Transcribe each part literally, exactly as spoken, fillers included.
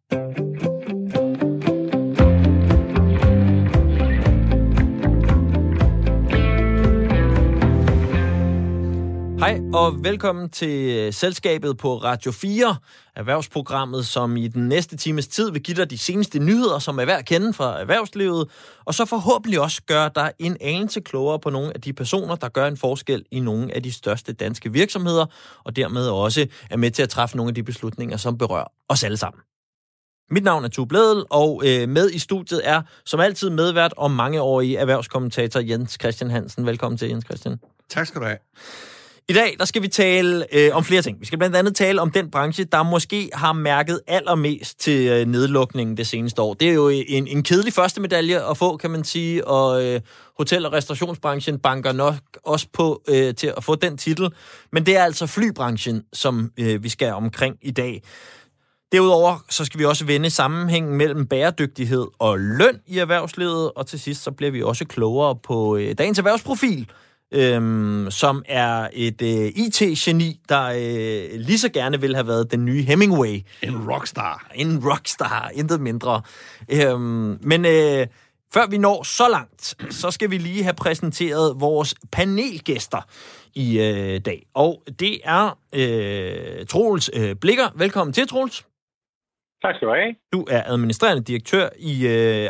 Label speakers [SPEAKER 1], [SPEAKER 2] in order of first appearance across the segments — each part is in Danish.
[SPEAKER 1] Hej og velkommen til Selskabet på Radio fire, erhvervsprogrammet, som i den næste times tid vil give dig de seneste nyheder, som er værd at kende fra erhvervslivet, og så forhåbentlig også gøre dig en anelse klogere på nogle af de personer, der gør en forskel i nogle af de største danske virksomheder, og dermed også er med til at træffe nogle af de beslutninger, som berører os alle sammen. Mit navn er Tue Blædel, og øh, med i studiet er som altid medvært og mangeårig erhvervskommentator Jens Christian Hansen. Velkommen til, Jens Christian.
[SPEAKER 2] Tak skal du have.
[SPEAKER 1] I dag der skal vi tale øh, om flere ting. Vi skal blandt andet tale om den branche, der måske har mærket allermest til øh, nedlukningen det seneste år. Det er jo en, en kedelig første medalje at få, kan man sige, og øh, hotel- og restaurationsbranchen banker nok også på øh, til at få den titel. Men det er altså flybranchen, som øh, vi skal omkring i dag. Derudover så skal vi også vende sammenhængen mellem bæredygtighed og løn i erhvervslivet, og til sidst så bliver vi også klogere på øh, dagens erhvervsprofil, Øhm, som er et øh, I T-geni, der øh, lige så gerne vil have været den nye Hemingway.
[SPEAKER 2] En rockstar.
[SPEAKER 1] En rockstar, intet mindre. Øhm, men øh, før vi når så langt, så skal vi lige have præsenteret vores panelgæster i øh, dag. Og det er øh, Troels øh, Blikker. Velkommen til, Troels.
[SPEAKER 3] Tak skal du have.
[SPEAKER 1] Du er administrerende direktør i øh,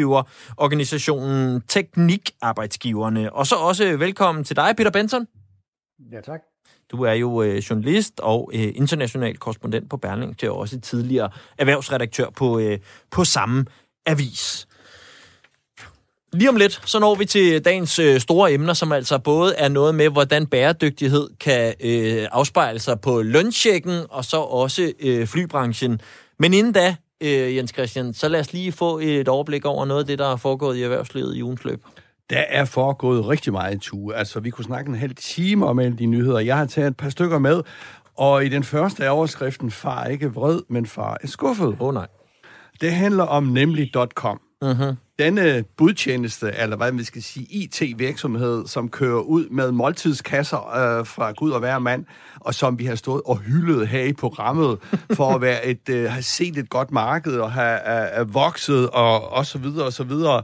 [SPEAKER 1] arbejdsgiverorganisationen Teknikarbejdsgiverne. Og så også velkommen til dig, Peter Benson.
[SPEAKER 4] Ja, tak.
[SPEAKER 1] Du er jo øh, journalist og øh, international korrespondent på Berlingske, og også tidligere erhvervsredaktør på, øh, på samme avis. Lige om lidt, så når vi til dagens øh, store emner, som altså både er noget med, hvordan bæredygtighed kan øh, afspejle sig på lønchecken, og så også øh, flybranchen. Men inden da, øh, Jens Christian, så lad os lige få et overblik over noget af det, der er foregået i erhvervslivet i ugens løb.
[SPEAKER 2] Der er foregået rigtig meget, Tue. Altså, vi kunne snakke en halv time om alle de nyheder. Jeg har taget et par stykker med, og i den første er overskriften, far er ikke vred, men far er skuffet.
[SPEAKER 1] Åh oh, nej.
[SPEAKER 2] Det handler om nemlig punktum com.
[SPEAKER 1] Mm-hmm.
[SPEAKER 2] Denne budtjeneste, eller hvad man skal sige, I T-virksomhed, som kører ud med måltidskasser øh, fra Gud og hver mand, og som vi har stået og hyldet her i programmet, for at være et, øh, have set et godt marked, og have øh, vokset, og, og så videre, og så videre.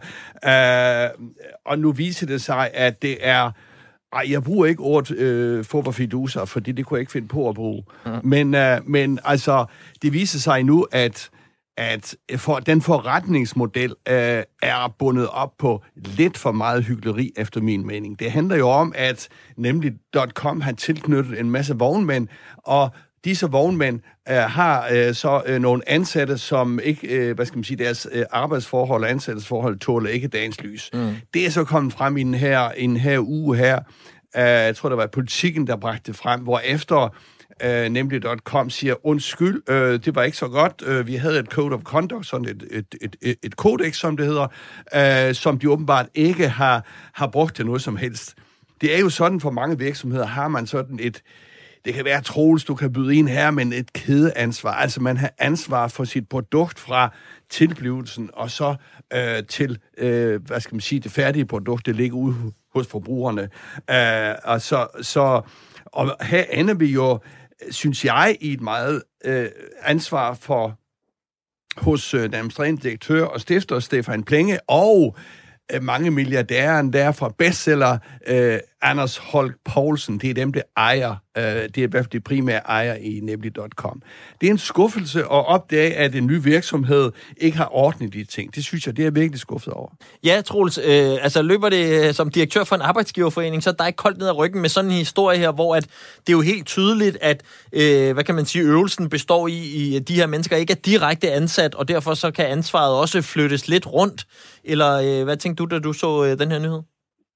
[SPEAKER 2] Øh, og nu viser det sig, at det er... Ej, jeg bruger ikke ordet øh, fodboldfiduser, fordi det kunne jeg ikke finde på at bruge. Mm. Men, øh, men altså, det viser sig nu, at at for, den forretningsmodel øh, er bundet op på lidt for meget hykleri, efter min mening. Det handler jo om, at nemlig punktum com har tilknyttet en masse vognmænd, og disse vognmænd øh, har øh, så øh, nogle ansatte, som ikke, øh, hvad skal man sige, deres øh, arbejdsforhold og ansættelsesforhold tåler ikke dagens lys. Mm. Det er så kommet frem i den her, i den her uge her. Uh, jeg tror, der var Politikken, der bragte det frem, hvor efter Uh, nemlig punktum com siger, undskyld, uh, det var ikke så godt. Uh, vi havde et code of conduct, sådan et, et, et, et, et kodex, som det hedder, uh, som de åbenbart ikke har, har brugt til noget som helst. Det er jo sådan, for mange virksomheder har man sådan et, det kan være Troels, du kan byde ind her, men et kædeansvar. Altså man har ansvar for sit produkt fra tilblivelsen, og så uh, til, uh, hvad skal man sige, det færdige produkt, det ligger ude hos forbrugerne. Uh, og så, så og her ender vi jo, synes jeg, i et meget øh, ansvar for hos øh, den administrerende direktør og stifter Stefan Plenge og øh, mange milliardærer der fra bestseller øh, Anders Holk Poulsen. Det er dem, der ejer, øh, det er i hvert fald de primære ejer i nemlig punktum com. Det er en skuffelse at opdage, at en ny virksomhed ikke har ordnet de ting. Det synes jeg, det er virkelig skuffet over.
[SPEAKER 1] Ja, Troels, øh, altså løber det som direktør for en arbejdsgiverforening, så er der ikke koldt ned ad ryggen med sådan en historie her, hvor at det er jo helt tydeligt, at øh, hvad kan man sige, øvelsen består i, i at de her mennesker ikke er direkte ansat, og derfor så kan ansvaret også flyttes lidt rundt. Eller øh, hvad tænkte du, da du så øh, den her nyhed?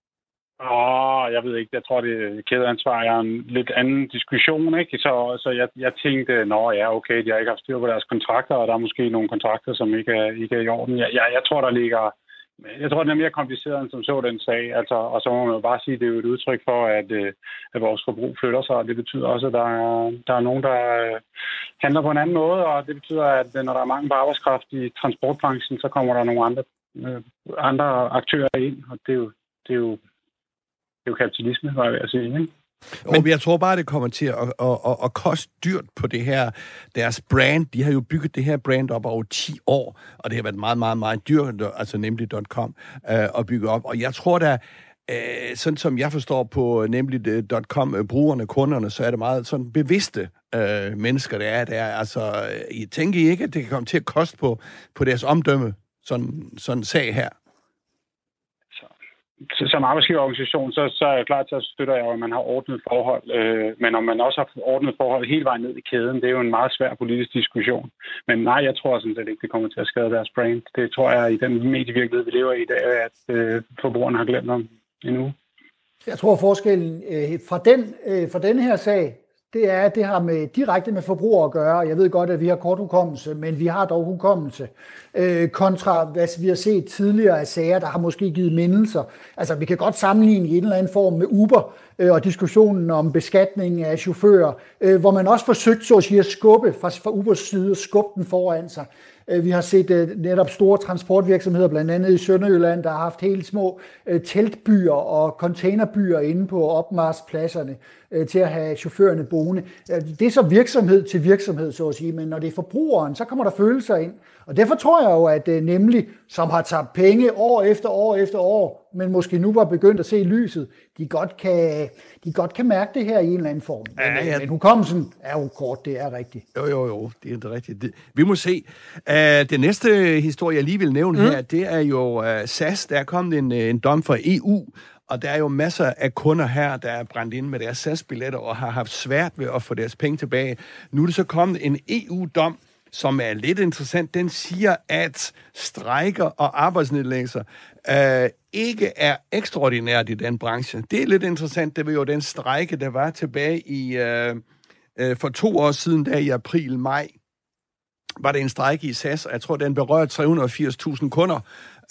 [SPEAKER 3] Åh, jeg ved ikke. Jeg tror, det kædeansvar er en lidt anden diskussion, ikke? Så, så jeg, jeg tænkte, nå ja, okay, de har ikke haft styr på deres kontrakter, og der er måske nogle kontrakter, som ikke er, ikke er i orden. Jeg, jeg, jeg tror, der ligger... Jeg tror, den er mere kompliceret end som så den sag. Altså, og så må man jo bare sige, at det er jo et udtryk for, at, at vores forbrug flytter sig, og det betyder også, at der er, der er nogen, der handler på en anden måde, og det betyder, at når der er mangel på arbejdskraft i transportbranchen, så kommer der nogle andre, andre aktører ind, og det er jo, det er jo Det er jo kapitalisme, var jeg ved at sige, ikke?
[SPEAKER 2] Men jeg tror bare, det kommer til at, at, at, at koste dyrt på det her, deres brand. De har jo bygget det her brand op over ti år, og det har været meget, meget, meget dyrt, altså nemlig punktum com, uh, at bygge op. Og jeg tror da, uh, sådan som jeg forstår på nemlig punktum com, uh, brugerne, kunderne, så er det meget sådan bevidste uh, mennesker, der er der. Altså, I tænker I ikke, at det kan komme til at koste på, på deres omdømme, sådan, sådan en sag her?
[SPEAKER 3] Som arbejdsgiverorganisation, så, så er jeg klar til at støtte jer, at man har ordnet forhold. Øh, men om man også har ordnet forhold hele vejen ned i kæden, det er jo en meget svær politisk diskussion. Men nej, jeg tror sådan set ikke, det kommer til at skade deres brand. Det tror jeg i den medievirkelighed, vi lever i i dag, at øh, forbrugerne har glemt om endnu. Jeg
[SPEAKER 4] tror forskellen øh, fra, den, øh, fra den her sag, det er, at det har med, direkte med forbrugere at gøre. Jeg ved godt, at vi har kort hukommelse, men vi har dog hukommelse. Øh, kontra, hvad vi har set tidligere af sager, der har måske givet mindelser. Altså, vi kan godt sammenligne i en eller anden form med Uber øh, og diskussionen om beskatning af chauffører, øh, hvor man også forsøgte så at sige at skubbe fra, fra Ubers side, skubbe den foran sig. Vi har set uh, netop store transportvirksomheder, blandt andet i Sønderjylland, der har haft helt små uh, teltbyer og containerbyer inde på opmarchpladserne uh, til at have chaufførerne boende. Uh, det er så virksomhed til virksomhed, så at sige, men når det er forbrugeren, så kommer der følelser ind. Og derfor tror jeg jo, at uh, nemlig, som har tabt penge år efter år efter år, men måske nu var begyndt at se lyset, de godt kan, de godt kan mærke det her i en eller anden form. Men, ja, ja. men hukommelsen er jo kort, det er rigtigt.
[SPEAKER 2] Jo, jo, jo, det er det rigtigt. Det, vi må se. Uh, det næste historie, jeg lige vil nævne mm. her, det er jo uh, S A S. Der er kommet en, en dom fra E U, og der er jo masser af kunder her, der er brændt ind med deres S A S-billetter og har haft svært ved at få deres penge tilbage. Nu er det så kommet en E U-dom, som er lidt interessant. Den siger, at strejker og arbejdsnedlæggelser øh, ikke er ekstraordinært i den branche. Det er lidt interessant. Det var jo den strejke, der var tilbage i øh, øh, for to år siden, der i april-maj, var det en strejke i S A S, og jeg tror, den berører tre hundrede og firs tusind kunder,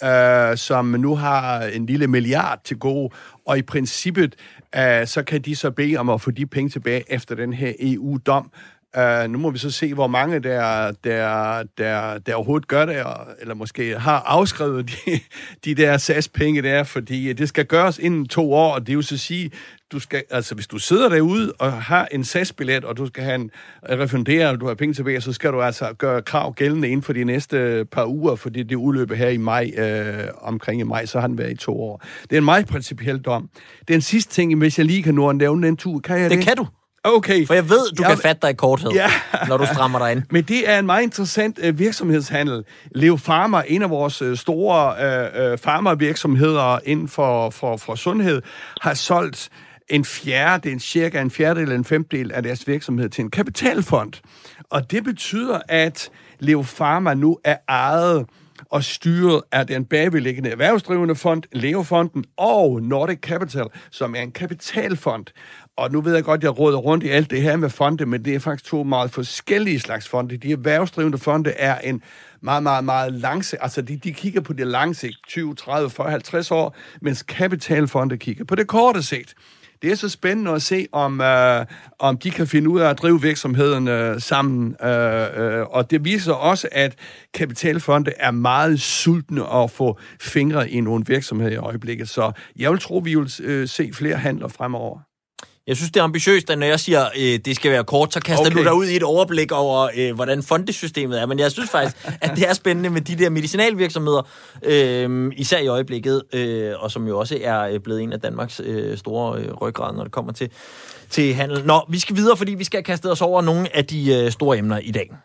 [SPEAKER 2] øh, som nu har en lille milliard til gode, og i princippet, øh, så kan de så bede om at få de penge tilbage efter den her E U-dom. Uh, nu må vi så se, hvor mange der, der, der, der overhovedet gør det, eller måske har afskrevet de, de der S A S-penge der, fordi det skal gøres inden to år, og det er jo så at sige, du skal, altså hvis du sidder derude og har en S A S-billet, og du skal have en refundere, og du har penge tilbage, så skal du altså gøre krav gældende inden for de næste par uger, fordi det udløber her i maj, øh, omkring i maj, så har den været i to år. Det er en meget principiel dom. Det er en sidste ting, hvis jeg lige kan nå at nævne den tur. Kan jeg det?
[SPEAKER 1] Det kan du.
[SPEAKER 2] Okay.
[SPEAKER 1] For jeg ved, du ja, kan fatte dig i korthed,
[SPEAKER 2] ja.
[SPEAKER 1] når du strammer dig ind.
[SPEAKER 2] Men det er en meget interessant uh, virksomhedshandel. Leo Pharma, en af vores uh, store uh, uh, farmavirksomheder inden for, for, for sundhed, har solgt en fjerde, det er en cirka en fjerdedel eller en femtedel af deres virksomhed til en kapitalfond. Og det betyder, at Leo Pharma nu er ejet og styret af den bagvedliggende erhvervsdrivende fond, Leo-fonden, og Nordic Capital, som er en kapitalfond. Og nu ved jeg godt, at jeg råder rundt i alt det her med fonde, men det er faktisk to meget forskellige slags fonde. De erhvervsdrivende fonde er en meget, meget, meget langse, altså de, de kigger på det lange sigt, tyve, tredive, fyrre, halvtreds år, mens kapitalfonde kigger på det korte sigt. Det er så spændende at se, om, øh, om de kan finde ud af at drive virksomheden øh, sammen. Øh, øh, og det viser også, at kapitalfonde er meget sultne at få fingre i nogle virksomheder i øjeblikket. Så jeg vil tro, vi vil øh, se flere handler fremover.
[SPEAKER 1] Jeg synes, det er ambitiøst, at når jeg siger, at det skal være kort, så kaster okay. du dig ud i et overblik over, øh, hvordan fondesystemet er. Men jeg synes faktisk, at det er spændende med de der medicinalvirksomheder, øh, især i øjeblikket, øh, og som jo også er blevet en af Danmarks øh, store øh, ryggrad, når det kommer til, til handel. Nå, vi skal videre, fordi vi skal kaste os over nogle af de øh, store emner i dag.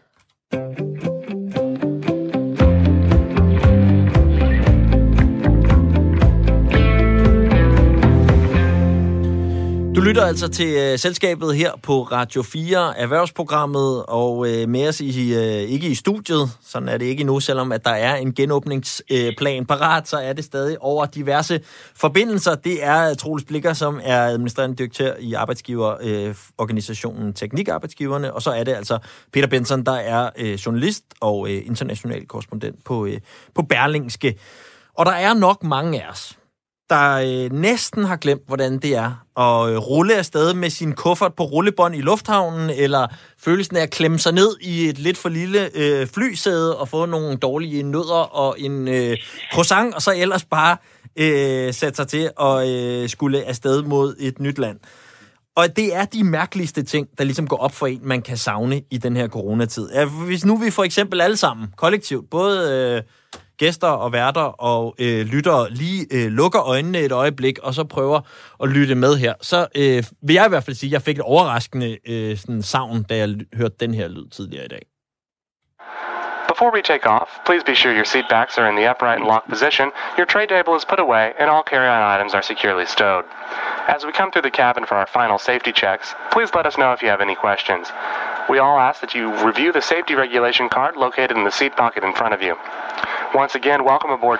[SPEAKER 1] Du lytter altså til uh, selskabet her på Radio fire, erhvervsprogrammet, og uh, med os i, uh, ikke i studiet, sådan er det ikke endnu, selvom at der er en genåbningsplan uh, parat, så er det stadig over diverse forbindelser. Det er Troels Blikker, som er administrerende direktør i arbejdsgiverorganisationen uh, Teknikarbejdsgiverne, og så er det altså Peter Benson, der er uh, journalist og uh, international korrespondent på, uh, på Berlingske. Og der er nok mange af os, der øh, næsten har glemt, hvordan det er at øh, rulle afsted med sin kuffert på rullebånd i lufthavnen, eller følelsen af at klemme sig ned i et lidt for lille øh, flysæde og få nogle dårlige nødder og en øh, croissant, og så ellers bare øh, sætte sig til at øh, skulle afsted mod et nyt land. Og det er de mærkeligste ting, der ligesom går op for en, man kan savne i den her coronatid. Hvis nu vi for eksempel alle sammen, kollektivt, både øh, gæster og værter og øh, lyttere, lige øh, lukker øjnene et øjeblik, og så prøver at lytte med her, så øh, vil jeg i hvert fald sige, at jeg fik et overraskende øh, sådan savn, da jeg hørte den her lyd tidligere i dag.
[SPEAKER 5] Before we take off, please be sure your seat backs are in the upright and locked position, your tray table is put away, and all carry-on items are securely stowed. As we come through the cabin for our final safety checks, please let us know if you have any questions. We all ask that you review the safety regulation card located in the seat pocket in front of you. Once again, welcome aboard.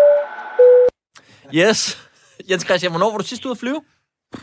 [SPEAKER 1] Yes. Jens Christian, hvornår var du sidst ude at flyve?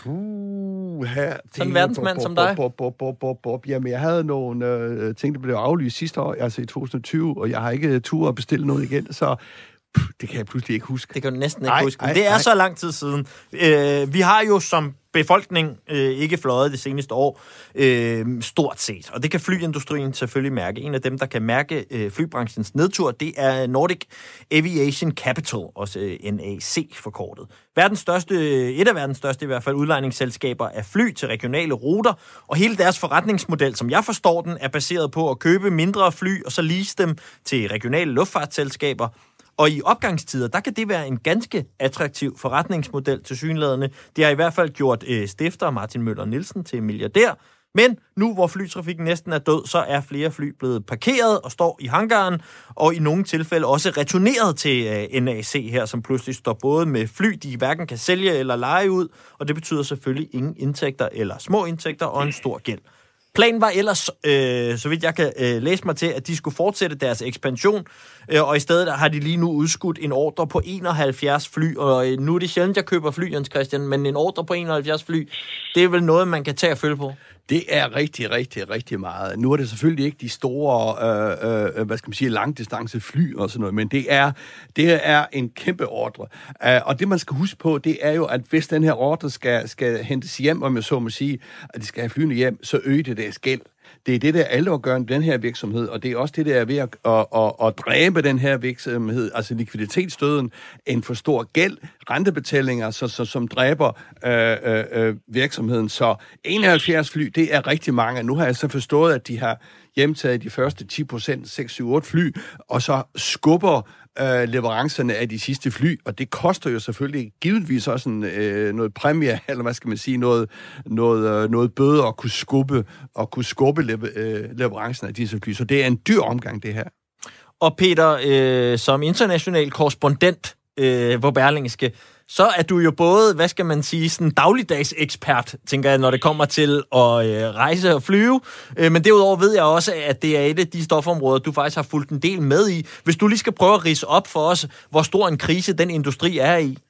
[SPEAKER 2] Uh, her,
[SPEAKER 1] sådan en verdensmand som dig?
[SPEAKER 2] Bob, bob, bob, bob, bob. Jamen, jeg havde nogle øh, ting, der blev aflyst sidste år, altså i to tusind og tyve, og jeg har ikke tur at bestille noget igen, så pff, det kan jeg pludselig ikke huske.
[SPEAKER 1] Det kan du næsten ikke
[SPEAKER 2] ej,
[SPEAKER 1] huske.
[SPEAKER 2] Ej,
[SPEAKER 1] det er
[SPEAKER 2] ej.
[SPEAKER 1] så lang tid siden. Øh, vi har jo som befolkning øh, ikke fløjet det seneste år, øh, stort set. Og det kan flyindustrien selvfølgelig mærke. En af dem, der kan mærke øh, flybranchens nedtur, det er Nordic Aviation Capital, også øh, N A C forkortet. Verdens største, et af verdens største i hvert fald, udlejningsselskaber af fly til regionale ruter, og hele deres forretningsmodel, som jeg forstår den, er baseret på at købe mindre fly, og så lease dem til regionale luftfartsselskaber. Og i opgangstider, der kan det være en ganske attraktiv forretningsmodel til synlædende. Det har i hvert fald gjort øh, stifter Martin Møller Nielsen til milliardær. Men nu, hvor flytrafikken næsten er død, så er flere fly blevet parkeret og står i hangaren, og i nogle tilfælde også returneret til øh, N A C her, som pludselig står både med fly, de hverken kan sælge eller leje ud, og det betyder selvfølgelig ingen indtægter eller små indtægter og en stor gæld. Planen var ellers, øh, så vidt jeg kan øh, læse mig til, at de skulle fortsætte deres ekspansion, øh, og i stedet har de lige nu udskudt en ordre på enoghalvfjerds fly, og øh, nu er det sjældent, jeg køber fly, Jens Christian, men en ordre på enoghalvfjerds fly, det er vel noget, man kan tage og følge på?
[SPEAKER 2] Det er rigtig, rigtig, rigtig meget. Nu er det selvfølgelig ikke de store, øh, øh, hvad skal man sige, langdistancefly og sådan noget, men det er, det er en kæmpe ordre. Uh, og det, man skal huske på, det er jo, at hvis den her ordre skal, skal hentes hjem, om jeg så må sige, at de skal have flyene hjem, så øger det deres gæld. Det er det, der er alvorgørende den her virksomhed, og det er også det, der er ved at, at, at, at dræbe den her virksomhed, altså likviditetsstøden, en for stor gæld, rentebetalinger, så, så, som dræber øh, øh, virksomheden. Så enoghalvfjerds fly, det er rigtig mange. Nu har jeg så forstået, at de har hjemtaget de første ti procent, seks syv otte fly, og så skubber øh, leverancerne af de sidste fly, og det koster jo selvfølgelig givetvis også en, øh, noget præmie, eller hvad skal man sige, noget, noget, øh, noget bøde at kunne skubbe, og kunne skubbe le- øh, leverancen af disse fly. Så det er en dyr omgang, det her.
[SPEAKER 1] Og Peter, øh, som international korrespondent øh, på Berlingske, så er du jo både, hvad skal man sige, sådan dagligdags ekspert, tænker jeg, når det kommer til at øh, rejse og flyve. Øh, men derudover ved jeg også, at det er et af de stofområder, du faktisk har fulgt en del med i. Hvis du lige skal prøve at ridse op for os, hvor stor en krise den industri er i.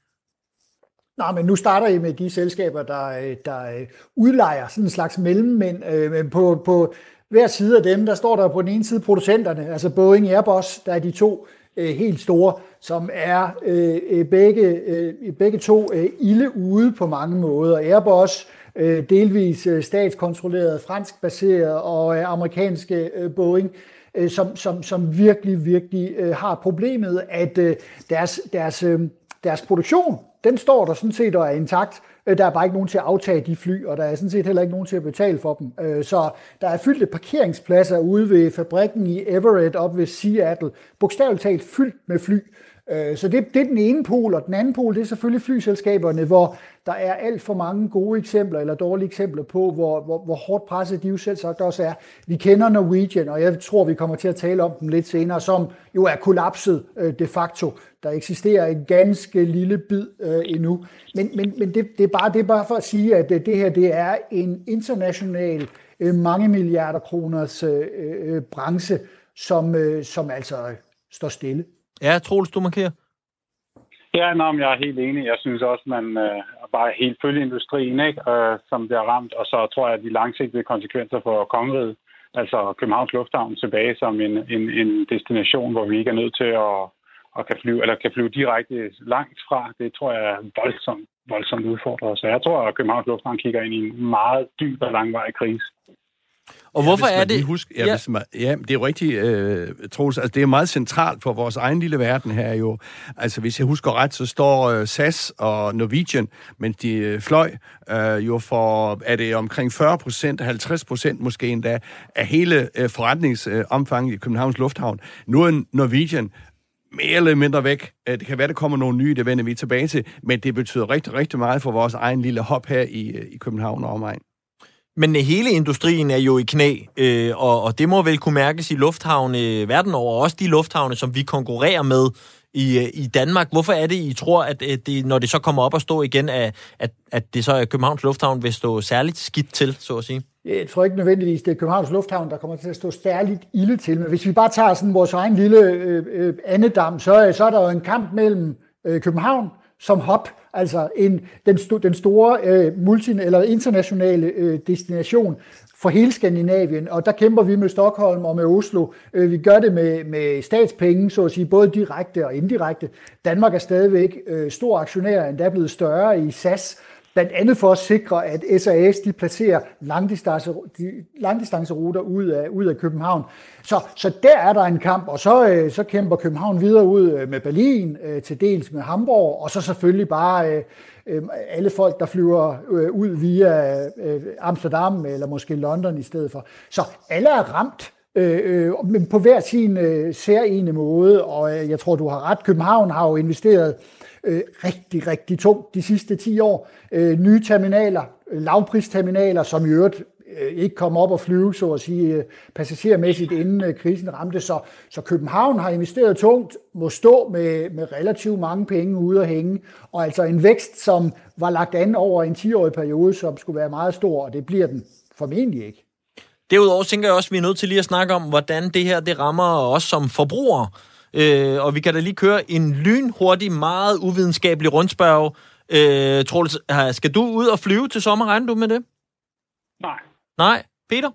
[SPEAKER 4] Nej, men nu starter I med de selskaber, der, der udlejer sådan en slags mellemmænd. Men på, på hver side af dem, der står der på den ene side producenterne, altså Boeing og Airbus, der er de to helt store, som er øh, begge, øh, begge to øh, ilde ude på mange måder. Airbus, øh, delvis øh, statskontrolleret, fransk baseret, og øh, amerikanske øh, Boeing, øh, som, som, som virkelig, virkelig øh, har problemet, at øh, deres, deres, øh, deres produktion, den står der sådan set og er intakt. Der er bare ikke nogen til at aftage de fly, og der er sådan set heller ikke nogen til at betale for dem. Så der er fyldte parkeringspladser ude ved fabrikken i Everett op ved Seattle, bogstaveligt talt fyldt med fly. Så det, det er den ene pol, og den anden pol, det er selvfølgelig flyselskaberne, hvor der er alt for mange gode eksempler, eller dårlige eksempler på, hvor, hvor, hvor hårdt presset de jo selv sagt også er. Vi kender Norwegian, og jeg tror, vi kommer til at tale om dem lidt senere, som jo er kollapset de facto. Der eksisterer en ganske lille bid øh, endnu. Men, men, men det, det, er bare, det er bare for at sige, at det her det er en international øh, mange milliarder kroners øh, øh, branche, som, øh, som altså står stille.
[SPEAKER 1] Ja, Troels, du markerer.
[SPEAKER 3] Ja, nå, men jeg er helt enig. Jeg synes også, man øh, bare helt følge industrien, ikke, øh, som bliver ramt. Og så tror jeg, at de langsigtede konsekvenser for kongeriget, altså Københavns Lufthavn, tilbage som en, en, en destination, hvor vi ikke er nødt til at og kan flyve, eller kan flyve direkte langt fra, det tror jeg er voldsomt, voldsomt udfordret. Så jeg tror, at Københavns Lufthavn kigger ind i en meget dyb og langvarig krise.
[SPEAKER 1] Og hvorfor
[SPEAKER 2] ja,
[SPEAKER 1] er det...
[SPEAKER 2] Husker, ja, ja. Man, ja, det er jo rigtig, øh, Troels, altså det er meget centralt for vores egen lille verden her jo. Altså hvis jeg husker ret, så står øh, S A S og Norwegian, mens de øh, fløj, øh, jo for, er det omkring fyrre procent, halvtreds procent måske endda, af hele øh, forretningsomfanget øh, i Københavns Lufthavn. Nu er Norwegian mere eller mindre væk. Det kan være, der kommer nogle nye, det vender vi tilbage til, men det betyder rigtig, rigtig meget for vores egen lille hop her i, i København og omegn.
[SPEAKER 1] Men hele industrien er jo i knæ, øh, og, og det må vel kunne mærkes i lufthavne verden over, også de lufthavne, som vi konkurrerer med i, i Danmark. Hvorfor er det, I tror, at det, når det så kommer op og stå igen, at, at, at det så er Københavns Lufthavn vil stå særligt skidt til, så at sige?
[SPEAKER 4] Jeg tror ikke nødvendigvis, det er Københavns Lufthavn, der kommer til at stå særligt ilde til. Men hvis vi bare tager sådan vores egen lille øh, øh, andedam, så, så er der jo en kamp mellem øh, København som hop, altså en, den, sto, den store øh, multi- eller internationale øh, destination for hele Skandinavien, og der kæmper vi med Stockholm og med Oslo. Øh, vi gør det med, med statspenge, så at sige, både direkte og indirekte. Danmark er stadigvæk øh, stor aktionær, endda blevet større i S A S, blandt andet for at sikre, at S A S de placerer langdistance, de langdistanceruter ud af, ud af København. Så, så der er der en kamp, og så, så kæmper København videre ud med Berlin, til dels med Hamburg, og så selvfølgelig bare alle folk, der flyver ud via Amsterdam eller måske London i stedet for. Så alle er ramt, men på hver sin særlige måde, og jeg tror, du har ret. København har jo investeret Øh, rigtig, rigtig tungt de sidste ti år. Øh, nye terminaler, øh, lavpristerminaler, som i øvrigt øh, ikke kom op og flyve, så at sige, øh, passagermæssigt, inden øh, krisen ramte. Så, så København har investeret tungt, må stå med, med relativt mange penge ude at hænge, og altså en vækst, som var lagt an over en ti-årig periode, som skulle være meget stor, og det bliver den formentlig ikke.
[SPEAKER 1] Derudover tænker jeg også, at vi er nødt til lige at snakke om, hvordan det her det rammer os som forbrugere. Øh, og vi kan da lige køre en lynhurtig, meget uvidenskabelig rundspørg. Øh, Troels, skal du ud og flyve til sommer? Regner du med det?
[SPEAKER 3] Nej.
[SPEAKER 1] Nej? Peter?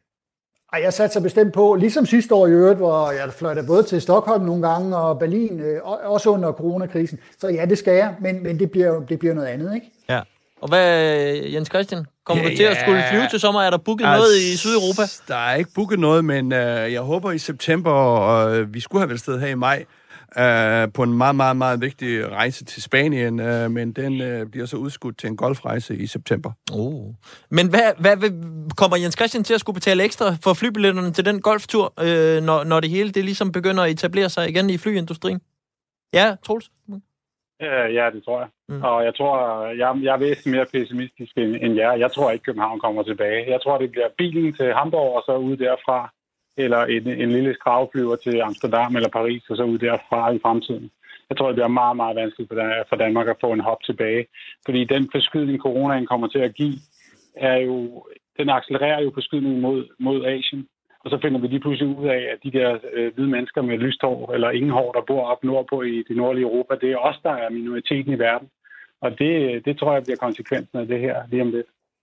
[SPEAKER 4] Ej, jeg satte sig bestemt på, ligesom sidste år i øvrigt, hvor jeg fløj da både til Stockholm nogle gange og Berlin, øh, også under coronakrisen. Så ja, det skal jeg, men, men det, bliver, det bliver noget andet, ikke?
[SPEAKER 1] Ja. Og hvad, Jens Christian? Kommer
[SPEAKER 2] ja,
[SPEAKER 1] du til at skulle flyve til sommer? Er der booket altså, noget i Sydeuropa?
[SPEAKER 2] Der er ikke booket noget, men øh, jeg håber i september, og øh, vi skulle have været sted her i maj, øh, på en meget, meget, meget vigtig rejse til Spanien, øh, men den øh, bliver så udskudt til en golfrejse i september.
[SPEAKER 1] Oh. Men hvad, hvad, hvad kommer Jens Christian til at skulle betale ekstra for flybilletterne til den golftur, øh, når, når det hele det ligesom begynder at etablere sig igen i flyindustrien? Ja, Troels?
[SPEAKER 3] Uh, ja, det tror jeg. Mm. Og jeg tror, jeg, jeg er væsentligt mere pessimistisk end, end jer. Jeg tror ikke, København kommer tilbage. Jeg tror, det bliver bilen til Hamburg og så ud derfra, eller en, en lille skravflyver til Amsterdam eller Paris og så ud derfra i fremtiden. Jeg tror, det bliver meget, meget vanskeligt for Danmark at få en hop tilbage. Fordi den forskydning, coronaen kommer til at give, er jo, den accelererer jo forskydningen mod, mod Asien. Og så finder vi lige pludselig ud af, at de der øh, hvide mennesker med lyst hår eller ingen hår, der bor op nordpå i det nordlige Europa, det er os, der er minoriteten i verden. Og det, det tror jeg bliver konsekvensen af det her lige om lidt.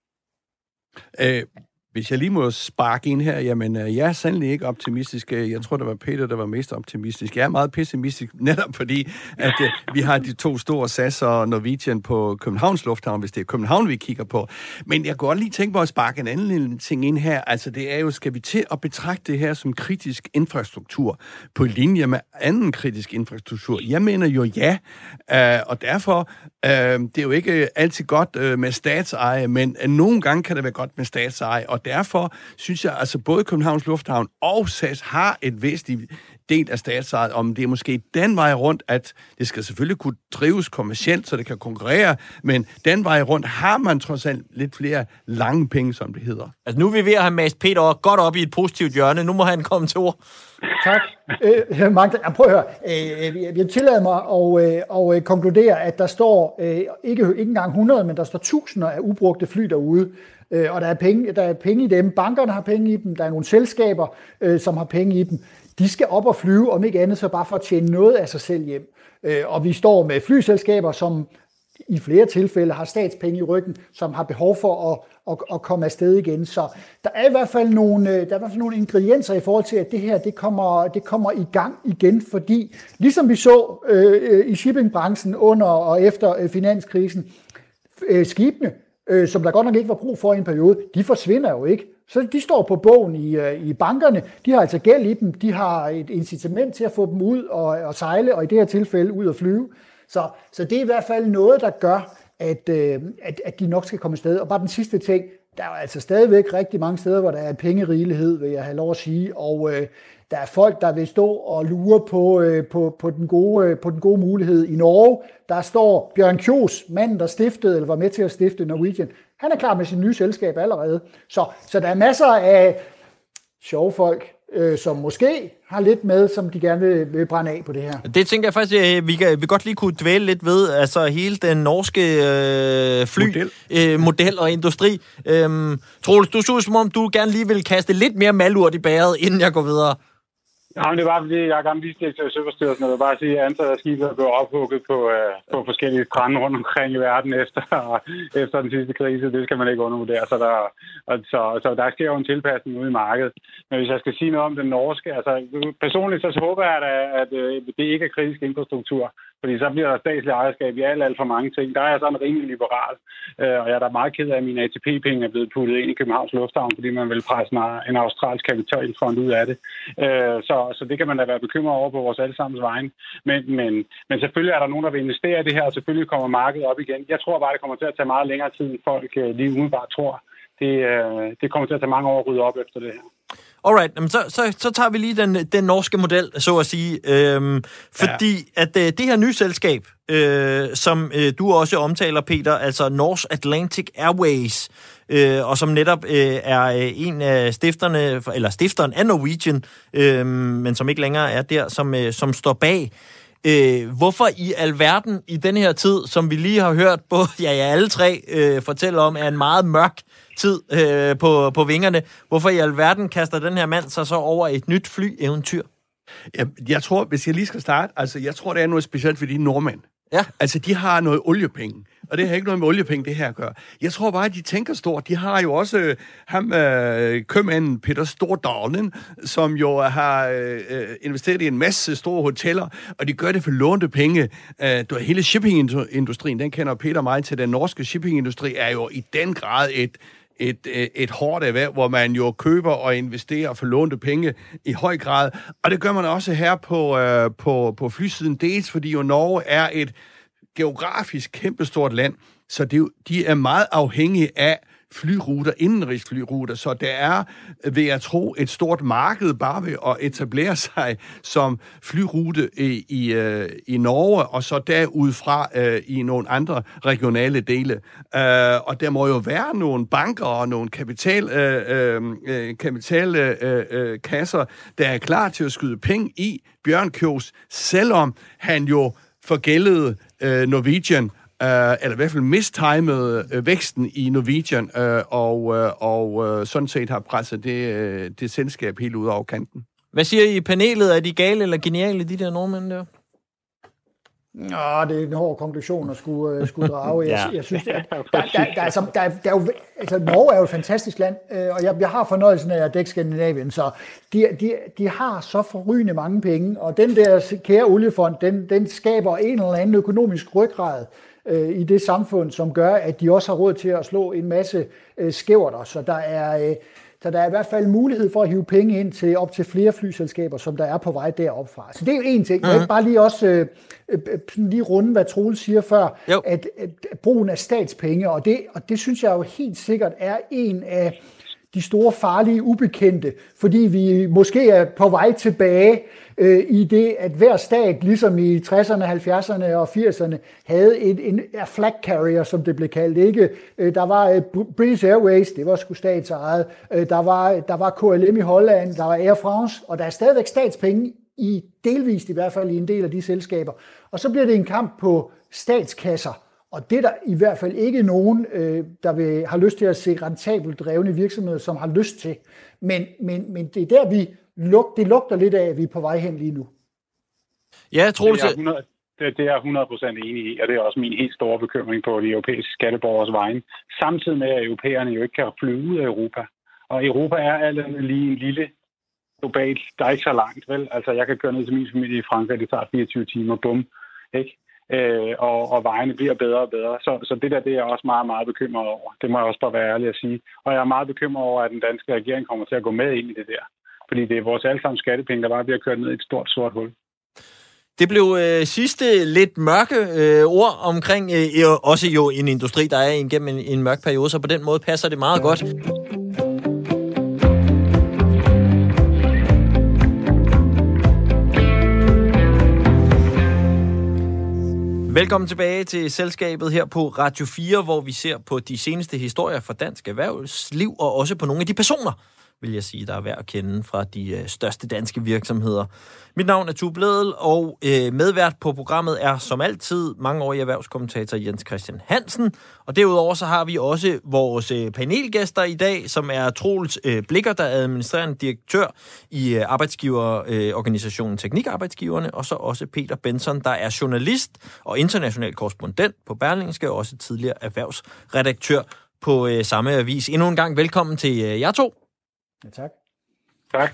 [SPEAKER 2] Øh, hvis jeg lige må sparke ind her, jamen jeg er sandelig ikke optimistisk. Jeg tror, det var Peter, der var mest optimistisk. Jeg er meget pessimistisk, netop fordi, at øh, vi har de to store S A S og Norwegian på Københavns Lufthavn, hvis det er København, vi kigger på. Men jeg kunne godt lige tænke mig at sparke en anden ting ind her. Altså det er jo, skal vi til at betragte det her som kritisk infrastruktur på linje med anden kritisk infrastruktur? Jeg mener jo ja, øh, og derfor, øh, det er jo ikke altid godt øh, med statseje, men øh, nogle gange kan det være godt med statseje, og derfor synes jeg, altså både Københavns Lufthavn og S A S har et væsentligt del af statsejet, om det er måske den vej rundt, at det skal selvfølgelig kunne drives kommercielt, så det kan konkurrere, men den vej rundt har man trods alt lidt flere lange penge, som det hedder.
[SPEAKER 1] Altså nu er vi ved at have mast Peter godt op i et positivt hjørne. Nu må han komme til ord.
[SPEAKER 4] Tak. Øh, Magda, prøv at høre. Øh, jeg tillader mig at, at, at konkludere, at der står øh, ikke, ikke engang hundrede, men der står tusinder af ubrugte fly derude. Øh, og der er, penge, der er penge i dem. Bankerne har penge i dem. Der er nogle selskaber, øh, som har penge i dem. De skal op og flyve, om ikke andet så bare for at tjene noget af sig selv hjem. Øh, og vi står med flyselskaber, som i flere tilfælde har statspenge i ryggen, som har behov for at, at, at komme afsted igen. Så der er i hvert fald nogle, der er i hvert fald nogle ingredienser i forhold til, at det her det kommer, det kommer i gang igen, fordi ligesom vi så øh, i shippingbranchen under og efter øh, finanskrisen, øh, skibene øh, som der godt nok ikke var brug for i en periode, de forsvinder jo ikke. Så de står på bogen i, øh, i bankerne, de har altså gæld i dem, de har et incitament til at få dem ud og, og sejle, og i det her tilfælde ud og flyve. Så, så det er i hvert fald noget, der gør, at, øh, at, at de nok skal komme afsted. Og bare den sidste ting, der er altså stadigvæk rigtig mange steder, hvor der er pengerigelighed, vil jeg have lov at sige, og øh, der er folk, der vil stå og lure på, øh, på, på, den gode, øh, på den gode mulighed. I Norge, der står Bjørn Kjos, manden, der stiftede, eller var med til at stifte Norwegian. Han er klar med sin nye selskab allerede. Så, så der er masser af sjove folk, øh, som måske har lidt med, som de gerne vil, vil brænde af på det her.
[SPEAKER 1] Det tænker jeg faktisk, at vi, kan, vi godt lige kunne dvæle lidt ved, altså hele den norske øh, fly, model. Øh, model og industri. Øhm, Troels, du så som om, du gerne lige vil kaste lidt mere malurt i bæret, inden jeg går videre.
[SPEAKER 3] Ja, men det var fordi, jeg er gammel vicedirektør i Søfartsstyrelsen, og jeg vil bare sige, at antallet af skibe er blevet ophugget på, øh, på forskellige strande rundt omkring i verden efter, efter den sidste krise. Det skal man ikke undervurdere. Så der, og, så, så der sker jo en tilpasning ude i markedet. Men hvis jeg skal sige noget om den norske, altså personligt så håber jeg, at, at det ikke er kritisk infrastruktur. Fordi så bliver der statslig ejerskab i alt, alt for mange ting. Der er jeg sådan rimelig liberal, øh, og jeg er da meget ked af, at mine A T P-penge er blevet puttet ind i Københavns Lufthavn, fordi man vil presse en australsk kapitalfond ud af det. Øh, så, så det kan man da være bekymret over på vores allesammens vegne. Men, men, men selvfølgelig er der nogen, der vil investere i det her, og selvfølgelig kommer markedet op igen. Jeg tror bare, det kommer til at tage meget længere tid, end folk lige umiddelbart tror. Det, øh, det kommer til at tage mange år at rydde op efter det her.
[SPEAKER 1] Alright, så, så, så tager vi lige den, den norske model, så at sige. Øhm, fordi ja. at øh, det her nye selskab, øh, som øh, du også omtaler, Peter, altså Norse Atlantic Airways, øh, og som netop øh, er øh, en af stifterne, eller stifteren af Norwegian, øh, men som ikke længere er der, som, øh, som står bag. Øh, hvorfor i alverden i den her tid, som vi lige har hørt både ja, ja, alle tre øh, fortælle om, er en meget mørk tid øh, på, på vingerne. Hvorfor i alverden kaster den her mand sig så over et nyt flyeventyr?
[SPEAKER 2] Jeg, jeg tror, hvis jeg lige skal starte, altså jeg tror, det er noget specielt for de nordmænd.
[SPEAKER 1] Ja.
[SPEAKER 2] Altså, de har noget oliepenge. Og det har ikke noget med oliepenge, det her at gøre. Jeg tror bare, at de tænker stort. De har jo også øh, ham, øh, købmanden Peter Stordalen, som jo har øh, investeret i en masse store hoteller, og de gør det for lånte penge. Øh, du har hele shippingindustrien, den kender Peter meget til. Den norske shippingindustri er jo i den grad et Et, et, et hårdt erhverv, hvor man jo køber og investerer for lånte penge i høj grad. Og det gør man også her på, øh, på, på flysiden, dels fordi jo Norge er et geografisk kæmpestort land, så det, de er meget afhængige af flyruter, indenrigsflyruter, så der er, vil jeg tro, et stort marked bare ved at etablere sig som flyrute i, i, øh, i Norge, og så derudfra øh, i nogle andre regionale dele. Øh, og der må jo være nogle banker og nogle kapital, øh, øh, kapitalkasser, øh, kasser, der er klar til at skyde penge i Bjørn Kjos, selvom han jo forgældede øh, Norwegian, Uh, eller i hvert fald mistimede uh, væksten i Norwegian, uh, og, uh, og uh, sådan set har presset det, uh, det selskab helt ud over kanten.
[SPEAKER 1] Hvad siger I i panelet? Er de gale eller geniale, de der nordmænd der?
[SPEAKER 4] Nå, det er en hård konklusion at skulle, uh, skulle drage. Jeg,
[SPEAKER 1] ja.
[SPEAKER 4] jeg synes, at der, der, der, der, er, som, der, er, der er jo, altså Norge er jo et fantastisk land, og jeg, jeg har fornøjelsen af at dække Skandinavien, så de, de, de har så forrygende mange penge, og den der kære oliefond, den, den skaber en eller anden økonomisk ryggrad i det samfund, som gør, at de også har råd til at slå en masse øh, skæverter. Så der er, øh, så der er i hvert fald mulighed for at hive penge ind til op til flere flyselskaber, som der er på vej deroppe fra. Så det er jo en ting. Mm. Jeg vil bare lige også øh, øh, lige runde, hvad Troels siger før, at, at brugen af statspenge, og det, og det synes jeg jo helt sikkert er en af de store farlige ubekendte, fordi vi måske er på vej tilbage øh, i det, at hver stat, ligesom i tresserne, halvfjerdserne og firserne, havde et, en flag carrier, som det blev kaldt. Ikke? Øh, der var øh, British Airways, det var sgu statsejet. Øh, der var, der var K L M i Holland, der var Air France, og der er stadigvæk statspenge i delvist i hvert fald i en del af de selskaber. Og så bliver det en kamp på statskasser. Og det er der i hvert fald ikke nogen, øh, der vil, har lyst til at se rentabelt drevne virksomheder, som har lyst til. Men, men, men det er der, vi lug, det lugter lidt af, at vi er på vej hen lige nu.
[SPEAKER 1] Ja, Troels.
[SPEAKER 3] Det, det er jeg hundrede procent enig i, og det er også min helt store bekymring på de europæiske skatteborgers vegne. Samtidig med, at europæerne jo ikke kan flyve ud af Europa. Og Europa er alt lige en lille globalt, der er ikke så langt, vel? Altså, jeg kan køre ned til min familie i Frankrig, det tager fireogtyve timer, bum, ikke? øh, og, og vejene bliver bedre og bedre. Så, så det der, det er jeg også meget, meget bekymret over. Det må jeg også bare være ærlig at sige. Og jeg er meget bekymret over, at den danske regering kommer til at gå med ind i det der. Fordi det er vores allesammen skattepenge, der bare bliver kørt ned i et stort, sort hul.
[SPEAKER 1] Det blev øh, sidste lidt mørke øh, ord omkring øh, også jo en industri, der er igennem en, en mørk periode, så på den måde passer det meget godt. Velkommen tilbage til selskabet her på Radio fire, hvor vi ser på de seneste historier fra dansk erhvervsliv, og også på nogle af de personer, vil jeg sige, der er værd at kende fra de øh, største danske virksomheder. Mit navn er Tue Blædel, og øh, medvært på programmet er som altid mangeårig erhvervskommentator Jens Christian Hansen. Og derudover så har vi også vores øh, panelgæster i dag, som er Troels øh, Blikker, der er administrerende direktør i øh, arbejdsgiverorganisationen øh, Teknikarbejdsgiverne, og så også Peter Benson, der er journalist og international korrespondent på Berlingske, og også tidligere erhvervsredaktør på øh, samme avis. Endnu en gang velkommen til øh, jer to.
[SPEAKER 4] Ja, tak.
[SPEAKER 3] Tak.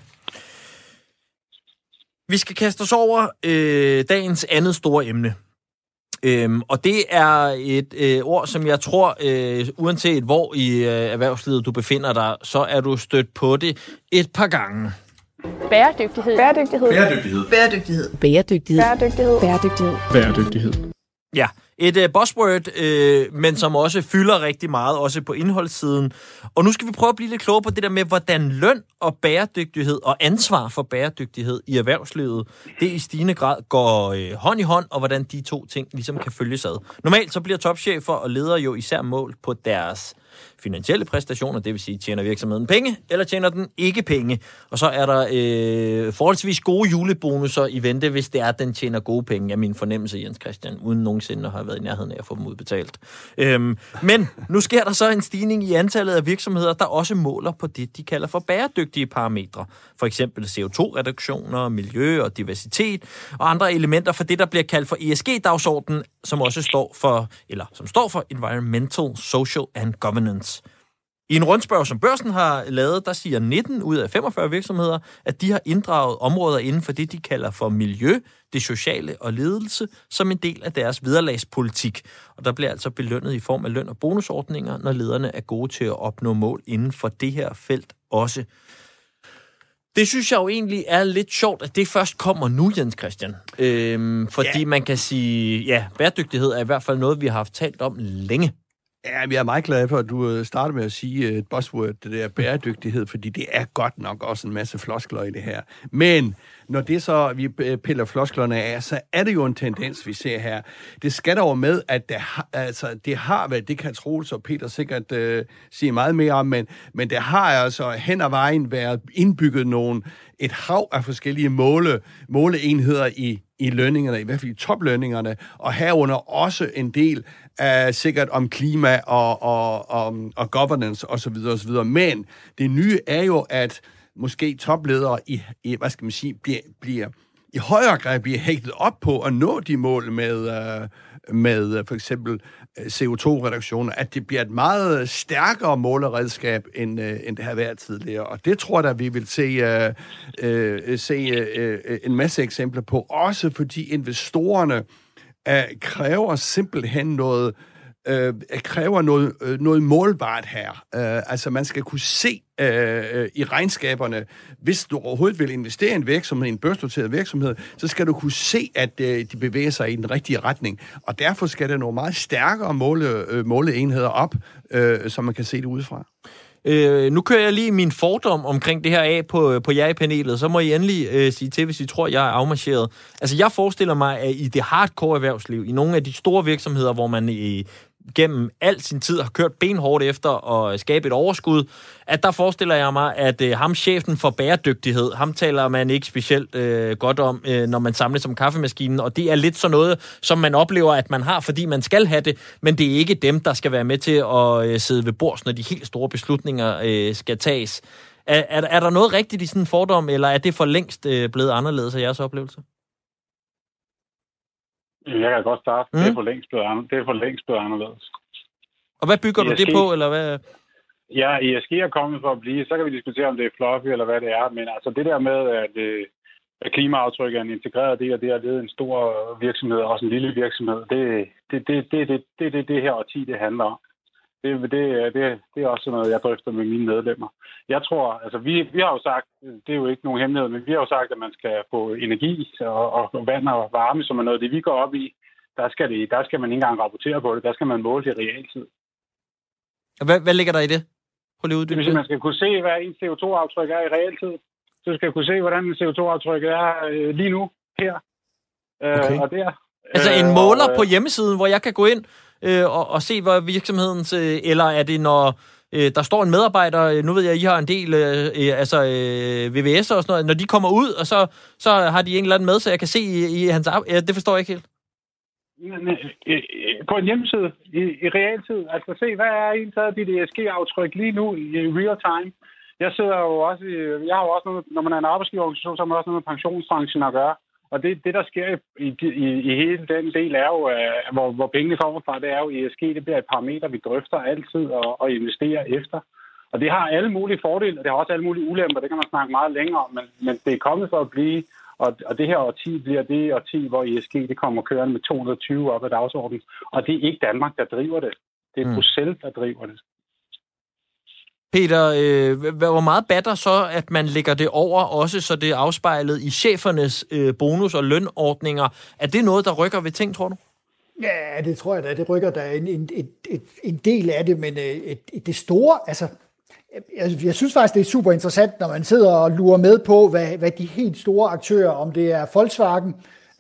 [SPEAKER 1] Vi skal kaste os over øh, dagens andet store emne. Øhm, og det er et øh, ord, som jeg tror, øh, uanset hvor i øh, erhvervslivet du befinder dig, så er du stødt på det et par gange.
[SPEAKER 6] Bæredygtighed. Bæredygtighed.
[SPEAKER 7] Bæredygtighed.
[SPEAKER 6] Bæredygtighed.
[SPEAKER 7] Bæredygtighed.
[SPEAKER 6] Bæredygtighed. Bæredygtighed.
[SPEAKER 7] Bæredygtighed.
[SPEAKER 1] Ja, et uh, buzzword, øh, men som også fylder rigtig meget, også på indholdssiden. Og nu skal vi prøve at blive lidt klogere på det der med, hvordan løn og bæredygtighed og ansvar for bæredygtighed i erhvervslivet, det i stigende grad går øh, hånd i hånd, og hvordan de to ting ligesom kan følges ad. Normalt så bliver topchefer og ledere jo især målt på deres finansielle præstationer, det vil sige, tjener virksomheden penge, eller tjener den ikke penge. Og så er der øh, forholdsvis gode julebonusser i vente, hvis det er, at den tjener gode penge, er min fornemmelse, Jens Christian, uden nogensinde at have været i nærheden af at få dem udbetalt. Øhm, men nu sker der så en stigning i antallet af virksomheder, der også måler på det, de kalder for bæredygtige parametre. For eksempel C O to reduktioner, miljø og diversitet, og andre elementer for det, der bliver kaldt for E S G-dagsordenen, som også står for, eller som står for Environmental, Social and Governance. I en rundspørg, som Børsen har lavet, der siger nitten ud af femogfyrre virksomheder, at de har inddraget områder inden for det, de kalder for miljø, det sociale og ledelse, som en del af deres vederlagspolitik. Og der bliver altså belønnet i form af løn- og bonusordninger, når lederne er gode til at opnå mål inden for det her felt også. Det synes jeg jo egentlig er lidt sjovt, at det først kommer nu, Jens Christian. Øhm, fordi ja. Man kan sige, ja, bæredygtighed er i hvert fald noget, vi har haft talt om længe.
[SPEAKER 2] Ja, jeg er meget glad for, at du starter med at sige et buzzword, det der bæredygtighed, fordi det er godt nok også en masse floskler i det her. Men når det så, vi piller flosklerne af, så er det jo en tendens, vi ser her. Det skal dog med, at det har, altså, det har været, det kan Troels og Peter sikkert uh, sige meget mere om, men, men der har altså hen ad vejen været indbygget nogle, et hav af forskellige måle, måleenheder i i lønningerne, i hvert fald i toplønningerne, og herunder også en del af sikkert om klima og, og, og, og governance osv. osv. Men det nye er jo, at måske topledere i, i hvad skal man sige, bliver, bliver i højere grad bliver hægtet op på at nå de mål med, med for eksempel C O to reduktioner, at det bliver et meget stærkere måleredskab, end, end det har været tidligere. Og det tror jeg, at vi vil se, uh, uh, se uh, en masse eksempler på, også fordi investorerne uh, kræver simpelthen noget, uh, kræver noget, uh, noget målbart her. Uh, altså man skal kunne se uh, i regnskaberne, hvis du overhovedet vil investere i en virksomhed, en børsnoteret virksomhed, så skal du kunne se, at uh, de bevæger sig i den rigtige retning. Og derfor skal der nogle meget stærkere måle, uh, måleenheder op, uh, så man kan se det udefra.
[SPEAKER 1] Øh, nu kører jeg lige min fordom omkring det her af på, på jer i panelet, så må I endelig øh, sige til, hvis I tror, jeg er afmarcheret. Altså, jeg forestiller mig, at i det hardcore erhvervsliv, i nogle af de store virksomheder, hvor man i gennem al sin tid har kørt benhårdt efter at skabe et overskud, at der forestiller jeg mig, at øh, ham chefen for bæredygtighed, ham taler man ikke specielt øh, godt om, øh, når man samles om kaffemaskinen, og det er lidt sådan noget, som man oplever, at man har, fordi man skal have det, men det er ikke dem, der skal være med til at øh, sidde ved bords, når de helt store beslutninger øh, skal tages. Er, er, er der noget rigtigt i sådan en fordom, eller er det for længst øh, blevet anderledes af jeres oplevelse?
[SPEAKER 3] Jeg kan godt starte. Mm. Det er for længst blevet anderledes. Det er for længst blevet anderledes.
[SPEAKER 1] Og hvad bygger
[SPEAKER 3] E S G,
[SPEAKER 1] du det på, eller hvad?
[SPEAKER 3] Ja, E S G er kommet for at blive. Så kan vi diskutere, om det er fluffy, eller hvad det er. Men altså det der med, at, at klimaaftryk er en integreret del af det at lede en stor virksomhed, og også en lille virksomhed. Det er det, det, det, det, det, det, det her årti, det handler om. Det, det, det, det er også noget, jeg drøfter med mine medlemmer. Jeg tror, altså vi, vi har jo sagt, det er jo ikke nogen hemmelighed, men vi har jo sagt, at man skal få energi og, og vand og varme, som er noget af det, vi går op i. Der skal, det, der skal man ikke engang rapportere på det. Der skal man måle det i realtid.
[SPEAKER 1] Hvad, hvad ligger der i det? Prøv lige
[SPEAKER 3] det vil sige, man skal kunne se, hvad en C O to aftryk er i realtid. Så skal jeg kunne se, hvordan en C O to aftryk er øh, lige nu, her øh, okay. og der.
[SPEAKER 1] Altså en måler og, på hjemmesiden, hvor jeg kan gå ind øh, og, og se, hvad virksomhedens... Øh, eller er det, når øh, der står en medarbejder... Nu ved jeg, I har en del øh, altså, øh, V V S'er og sådan noget. Når de kommer ud, og så, så har de en eller anden med, så jeg kan se i, i hans arbejde... Ja, det forstår jeg ikke helt.
[SPEAKER 3] På en hjemmeside i, i realtid. Altså se, hvad er egentlig af dit E S G-aftryk lige nu i real time? Jeg sidder jo også i, jeg har jo også noget, når man er en arbejdsgiverorganisation, så har man også noget med pensionsbranchen at gøre. Og det, det der sker i, i, i hele den del er jo, uh, hvor, hvor pengene kommer fra, det er jo E S G, det bliver et parameter, vi drøfter altid og, og investerer efter. Og det har alle mulige fordele, og det har også alle mulige ulemper, det kan man snakke meget længere om, men, men det er kommet for at blive, og, og det her årti bliver det årti, hvor E S G det kommer kørende med to hundrede og tyve op ad dagsordenen. Og det er ikke Danmark, der driver det. Det er mm. Bruxelles, der driver det.
[SPEAKER 1] Peter, øh, hvor meget batter så, at man lægger det over, også så det er afspejlet i chefernes øh, bonus- og lønordninger? Er det noget, der rykker ved ting, tror du?
[SPEAKER 4] Ja, det tror jeg da. Det rykker der en, en, en, en del af det, men et, et, det store, altså, jeg, jeg synes faktisk, det er super interessant, når man sidder og lurer med på, hvad, hvad de helt store aktører, om det er Volkswagen.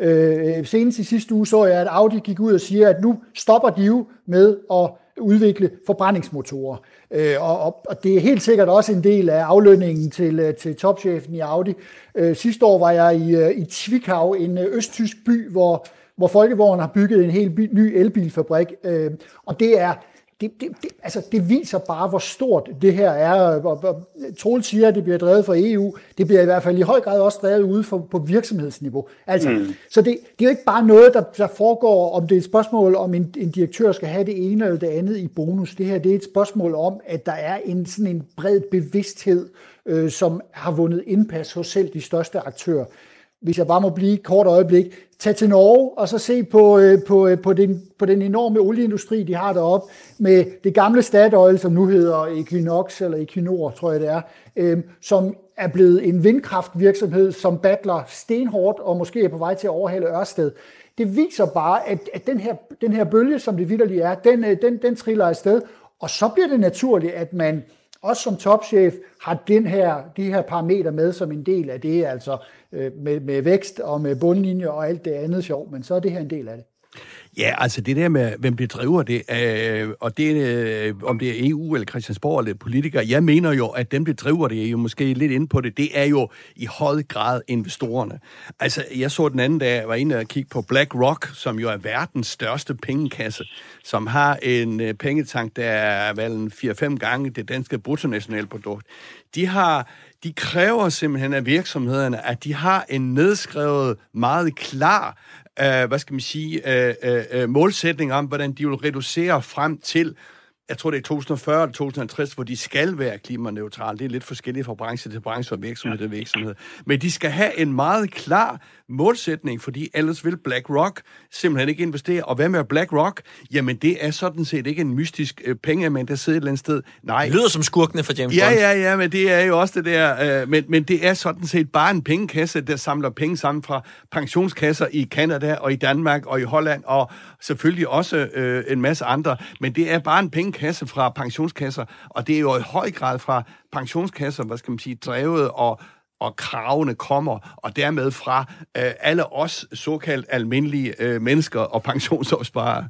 [SPEAKER 4] Øh, senest i sidste uge så jeg, at Audi gik ud og siger, at nu stopper de jo med at udvikle forbrændingsmotorer. Øh, og, og det er helt sikkert også en del af aflønningen til, til topchefen i Audi. Øh, sidste år var jeg i, i Zwickau, en østtysk by, hvor, hvor Folkevogn har bygget en helt by, ny elbilfabrik. Øh, og det er Det, det, det, altså, det viser bare, hvor stort det her er. Troels siger, at det bliver drevet fra E U. Det bliver i hvert fald i høj grad også drevet ude for, på virksomhedsniveau. Altså, mm. Så det, det er jo ikke bare noget, der, der foregår, om det er et spørgsmål, om en, en direktør skal have det ene eller det andet i bonus. Det her det er et spørgsmål om, at der er en, sådan en bred bevidsthed, øh, som har vundet indpas hos selv de største aktører. Hvis jeg bare må blive et kort øjeblik, tag til Norge og så se på, på, på, den, på den enorme olieindustri, de har deroppe, med det gamle Statoil, som nu hedder Equinox eller Equinor, tror jeg det er, øh, som er blevet en vindkraftvirksomhed, som battler stenhårdt og måske er på vej til at overhale Ørsted. Det viser bare, at, at den, her, den her bølge, som det vitterligt er, den, den, den triller afsted, og så bliver det naturligt, at man også som topchef har den her, de her parametre med som en del af det, altså øh, med, med vækst og med bundlinje og alt det andet sjov, men så er det her en del af det.
[SPEAKER 2] Ja, altså det der med, hvem det driver det, øh, og det, øh, om det er E U eller Christiansborg eller politikere, jeg mener jo, at dem, der driver det, er jo måske lidt inde på det, det er jo i høj grad investorerne. Altså, jeg så den anden dag, jeg var inde og kigge på BlackRock, som jo er verdens største pengekasse, som har en øh, pengetank, der er vel fire fem gange det danske bruttonationalprodukt. De har De kræver simpelthen af virksomhederne, at de har en nedskrevet, meget klar, øh, hvad skal man sige, øh, øh, målsætning om, hvordan de vil reducere frem til, jeg tror det er to tusind og fyrre eller to tusind og halvtreds, hvor de skal være klimaneutrale. Det er lidt forskelligt fra branche til branche og virksomhed til virksomhed. Men de skal have en meget klar målsætning, fordi ellers vil BlackRock simpelthen ikke investere. Og hvad med BlackRock? Jamen, det er sådan set ikke en mystisk øh, pengemand, der sidder et eller andet sted. Nej.
[SPEAKER 1] Det lyder som skurkene for James
[SPEAKER 2] ja,
[SPEAKER 1] Bond.
[SPEAKER 2] Ja, ja, men det er jo også det der. Øh, men, men det er sådan set bare en pengekasse, der samler penge sammen fra pensionskasser i Canada og i Danmark og i Holland og selvfølgelig også øh, en masse andre. Men det er bare en pengekasse fra pensionskasser, og det er jo i høj grad fra pensionskasser, hvad skal man sige, drevet og og kravene kommer, og dermed fra øh, alle os såkaldt almindelige øh, mennesker og pensionsopsparere.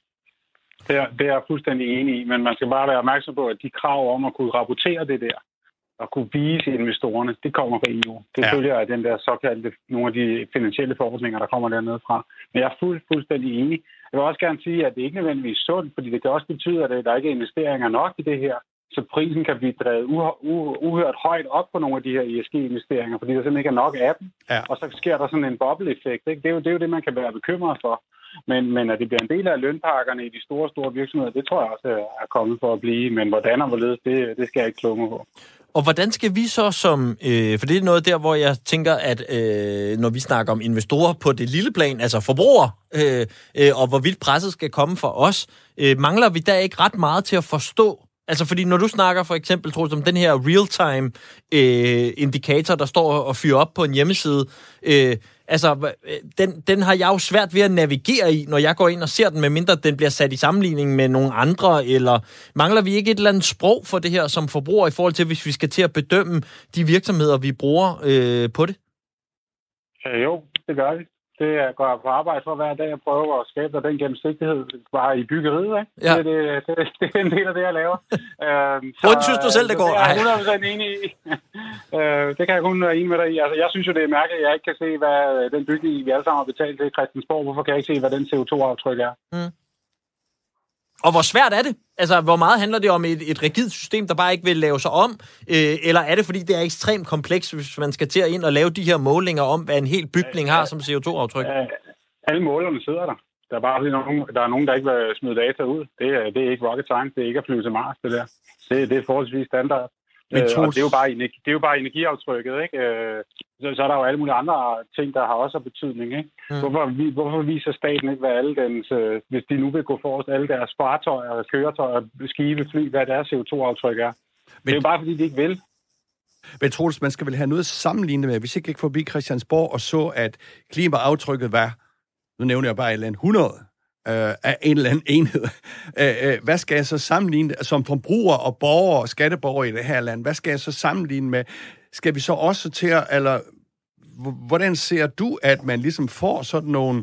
[SPEAKER 3] Det er, det er jeg fuldstændig enig i, men man skal bare være opmærksom på, at de krav om at kunne rapportere det der, og kunne vise investorerne, det kommer fra E U. Det ja. følger af den der såkaldte, nogle af de finansielle forordninger, der kommer dernede fra. Men jeg er fuld, fuldstændig enig. Jeg vil også gerne sige, at det ikke nødvendigvis er sundt, fordi det kan også betyde, at der ikke er investeringer nok i det her. Så prisen kan blive drevet uh- uh- uhørt højt op på nogle af de her E S G-investeringer, fordi der simpelthen ikke er nok af dem. Ja. Og så sker der sådan en boble-effekt. Ikke? Det, er jo, det er jo det, man kan være bekymret for. Men, men at det bliver en del af lønpakkerne i de store, store virksomheder, det tror jeg også er kommet for at blive. Men hvordan og hvorledes, det, det skal jeg ikke kloge mig på.
[SPEAKER 1] Og hvordan skal vi så som, øh, for det er noget der, hvor jeg tænker, at øh, når vi snakker om investorer på det lille plan, altså forbrugere, øh, øh, og hvorvidt presset skal komme fra os, øh, mangler vi der ikke ret meget til at forstå? Altså fordi når du snakker for eksempel, tror du, om den her real-time øh, indikator, der står og fyrer op på en hjemmeside, øh, altså den, den har jeg jo svært ved at navigere i, når jeg går ind og ser den, medmindre den bliver sat i sammenligning med nogle andre, eller mangler vi ikke et eller andet sprog for det her som forbruger, i forhold til, hvis vi skal til at bedømme de virksomheder, vi bruger øh, på det?
[SPEAKER 3] Ja, jo, det gør vi. Det er at gå på arbejde for hver dag at prøve at skabe den gennemsigtighed bare i byggeriet, ikke?
[SPEAKER 1] Ja.
[SPEAKER 3] Det, det, det, det er en del af det, jeg laver. øhm, så,
[SPEAKER 1] Hvordan synes du selv, det går?
[SPEAKER 3] Det er jeg hundrede procent enig i. øh, det kan jeg kun være enig med dig i. Altså, jeg synes jo, det er mærkeligt, at jeg ikke kan se, hvad den bygning, vi alle sammen har betalt til Christiansborg, hvorfor kan jeg ikke se, hvad den C O to aftryk er? Mm.
[SPEAKER 1] Og hvor svært er det? Altså, hvor meget handler det om et, et rigidt system, der bare ikke vil lave sig om? Øh, eller er det, fordi det er ekstremt komplekst, hvis man skal til at ind og lave de her målinger om, hvad en hel bygning har som C O to aftryk?
[SPEAKER 3] Alle målerne sidder der. Der er bare nogen, der er nogen, der ikke vil smide data ud. Det er, det er ikke rocket science. Det er ikke at flyve til Mars, det der. Det, det er forholdsvis standard. Men øh, og det er jo bare, det er jo bare energiaftrykket, ikke? Øh, så, så er der jo alle mulige andre ting, der har også betydning, ikke? Mm. Hvorfor, hvorfor viser staten ikke, hvad alle dens, øh, hvis de nu vil gå forrest, alle deres fartøjer, køretøjer, skibe, fly, hvad deres C O to aftryk er? Men, det er jo bare, fordi de ikke vil.
[SPEAKER 2] Men Troels, man skal vel have noget at sammenligne med, hvis jeg gik forbi Christiansborg og så, at klimaaftrykket var, nu nævner jeg bare et eller andet hundrede, øh, af en eller anden enhed. Øh, øh, hvad skal jeg så sammenligne som forbruger og borger og skatteborger i det her land? Hvad skal jeg så sammenligne med? Skal vi så også til at, eller hvordan ser du, at man ligesom får sådan nogle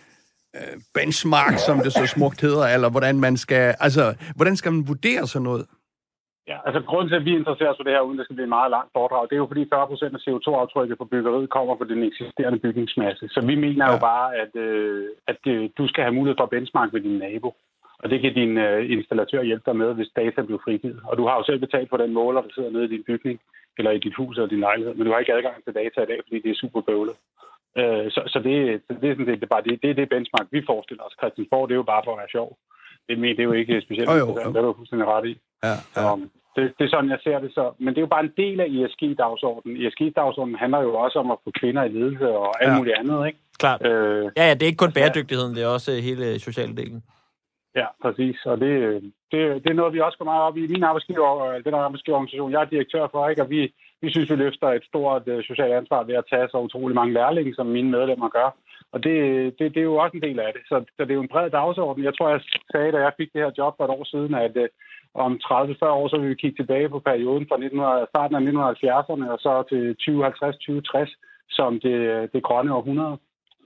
[SPEAKER 2] øh, benchmark, som det så smukt hedder, eller hvordan man skal, altså, hvordan skal man vurdere sådan noget?
[SPEAKER 3] Ja, altså grunden til, at vi interesserer os for det her, uden det skal blive en meget langt foredrag, det er jo fordi fyrre procent af C O to aftrykket på byggeriet kommer fra den eksisterende bygningsmasse. Så vi mener ja. jo bare, at, øh, at øh, du skal have mulighed for at benchmark ved din nabo. Og det kan din øh, installatør hjælpe dig med, hvis data bliver frigivet. Og du har jo selv betalt for den måler, der sidder nede i din bygning, eller i dit hus eller din lejlighed. Men du har ikke adgang til data i dag, fordi det er super bøvlet. Øh, så så det, det, er sådan, det, det, er bare, det, det er det benchmark, vi forestiller os. Christiansborg, det er jo bare for at være sjov. Det, det er jo ikke specielt. Oh, jo, jo. Det er du fuldstændig ret i. Ja, ja. Um, Det, det er sådan, jeg ser det så. Men det er jo bare en del af E S G-dagsordenen. E S G-dagsordenen handler jo også om at få kvinder i ledelse og alt ja. muligt andet, ikke?
[SPEAKER 1] Klart. Øh, ja, ja, det er ikke kun bæredygtigheden, det er også hele sociale delen.
[SPEAKER 3] Ja, præcis. Og det, det, det er noget, vi også går meget op i. Min arbejdsgiver, den arbejdsgiverorganisation, jeg er direktør for, ikke? Og vi, vi synes, vi løfter et stort uh, socialt ansvar ved at tage så utrolig mange lærlinge, som mine medlemmer gør. Og det, det, det er jo også en del af det. Så, så det er jo en bred dagsorden. Jeg tror, jeg sagde, da jeg fik det her job for et år siden, at uh, om tredive til fyrre år, så vil vi kigge tilbage på perioden fra nitten hundrede, starten af nitten halvfjerdserne og så til tyve halvtreds til tyve tres som det, det grønne århundrede.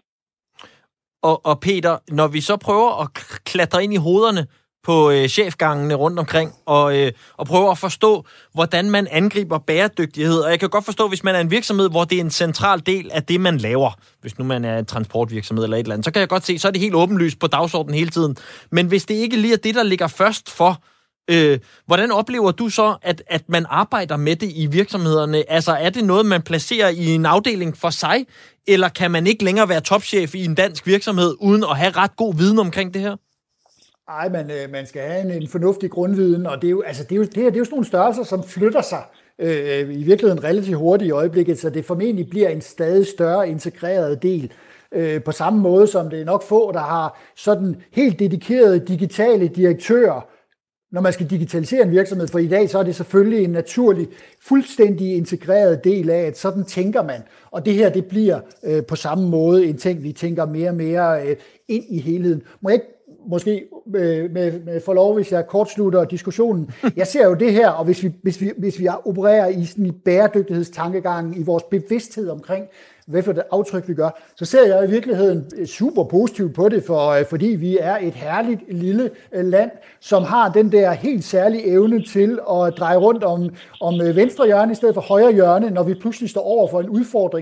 [SPEAKER 1] Og, og Peter, når vi så prøver at klatre ind i hovederne på øh, chefgangene rundt omkring, og, øh, og prøver at forstå, hvordan man angriber bæredygtighed. Og jeg kan godt forstå, hvis man er en virksomhed, hvor det er en central del af det, man laver, hvis nu man er en transportvirksomhed eller et eller andet, så kan jeg godt se, så er det helt åbenlyst på dagsordenen hele tiden. Men hvis det ikke lige er det, der ligger først for, Øh, hvordan oplever du så, at, at man arbejder med det i virksomhederne? Altså, er det noget, man placerer i en afdeling for sig, eller kan man ikke længere være topchef i en dansk virksomhed, uden at have ret god viden omkring det her?
[SPEAKER 4] Nej, man, øh, man skal have en, en fornuftig grundviden, og det er jo, altså, det er jo, det her, det er jo sådan nogle størrelser, som flytter sig øh, i virkeligheden relativt hurtigt i øjeblikket, så det formentlig bliver en stadig større integreret del. Øh, på samme måde som det er nok få, der har sådan helt dedikerede digitale direktører, når man skal digitalisere en virksomhed, for i dag så er det selvfølgelig en naturlig, fuldstændig integreret del af, at sådan tænker man. Og det her, det bliver øh, på samme måde en ting, vi tænker mere og mere øh, ind i helheden. Må jeg ikke måske øh, med, med forlov, hvis jeg kortslutter diskussionen. Jeg ser jo det her, og hvis vi, hvis vi, hvis vi opererer i sådan en bæredygtighedstankegang, i vores bevidsthed omkring, hvad for det aftryk vi gør, så ser jeg i virkeligheden super positivt på det, for, fordi vi er et herligt lille land, som har den der helt særlige evne til at dreje rundt om, om venstre hjørne i stedet for højre hjørne, når vi pludselig står over for en udfordring.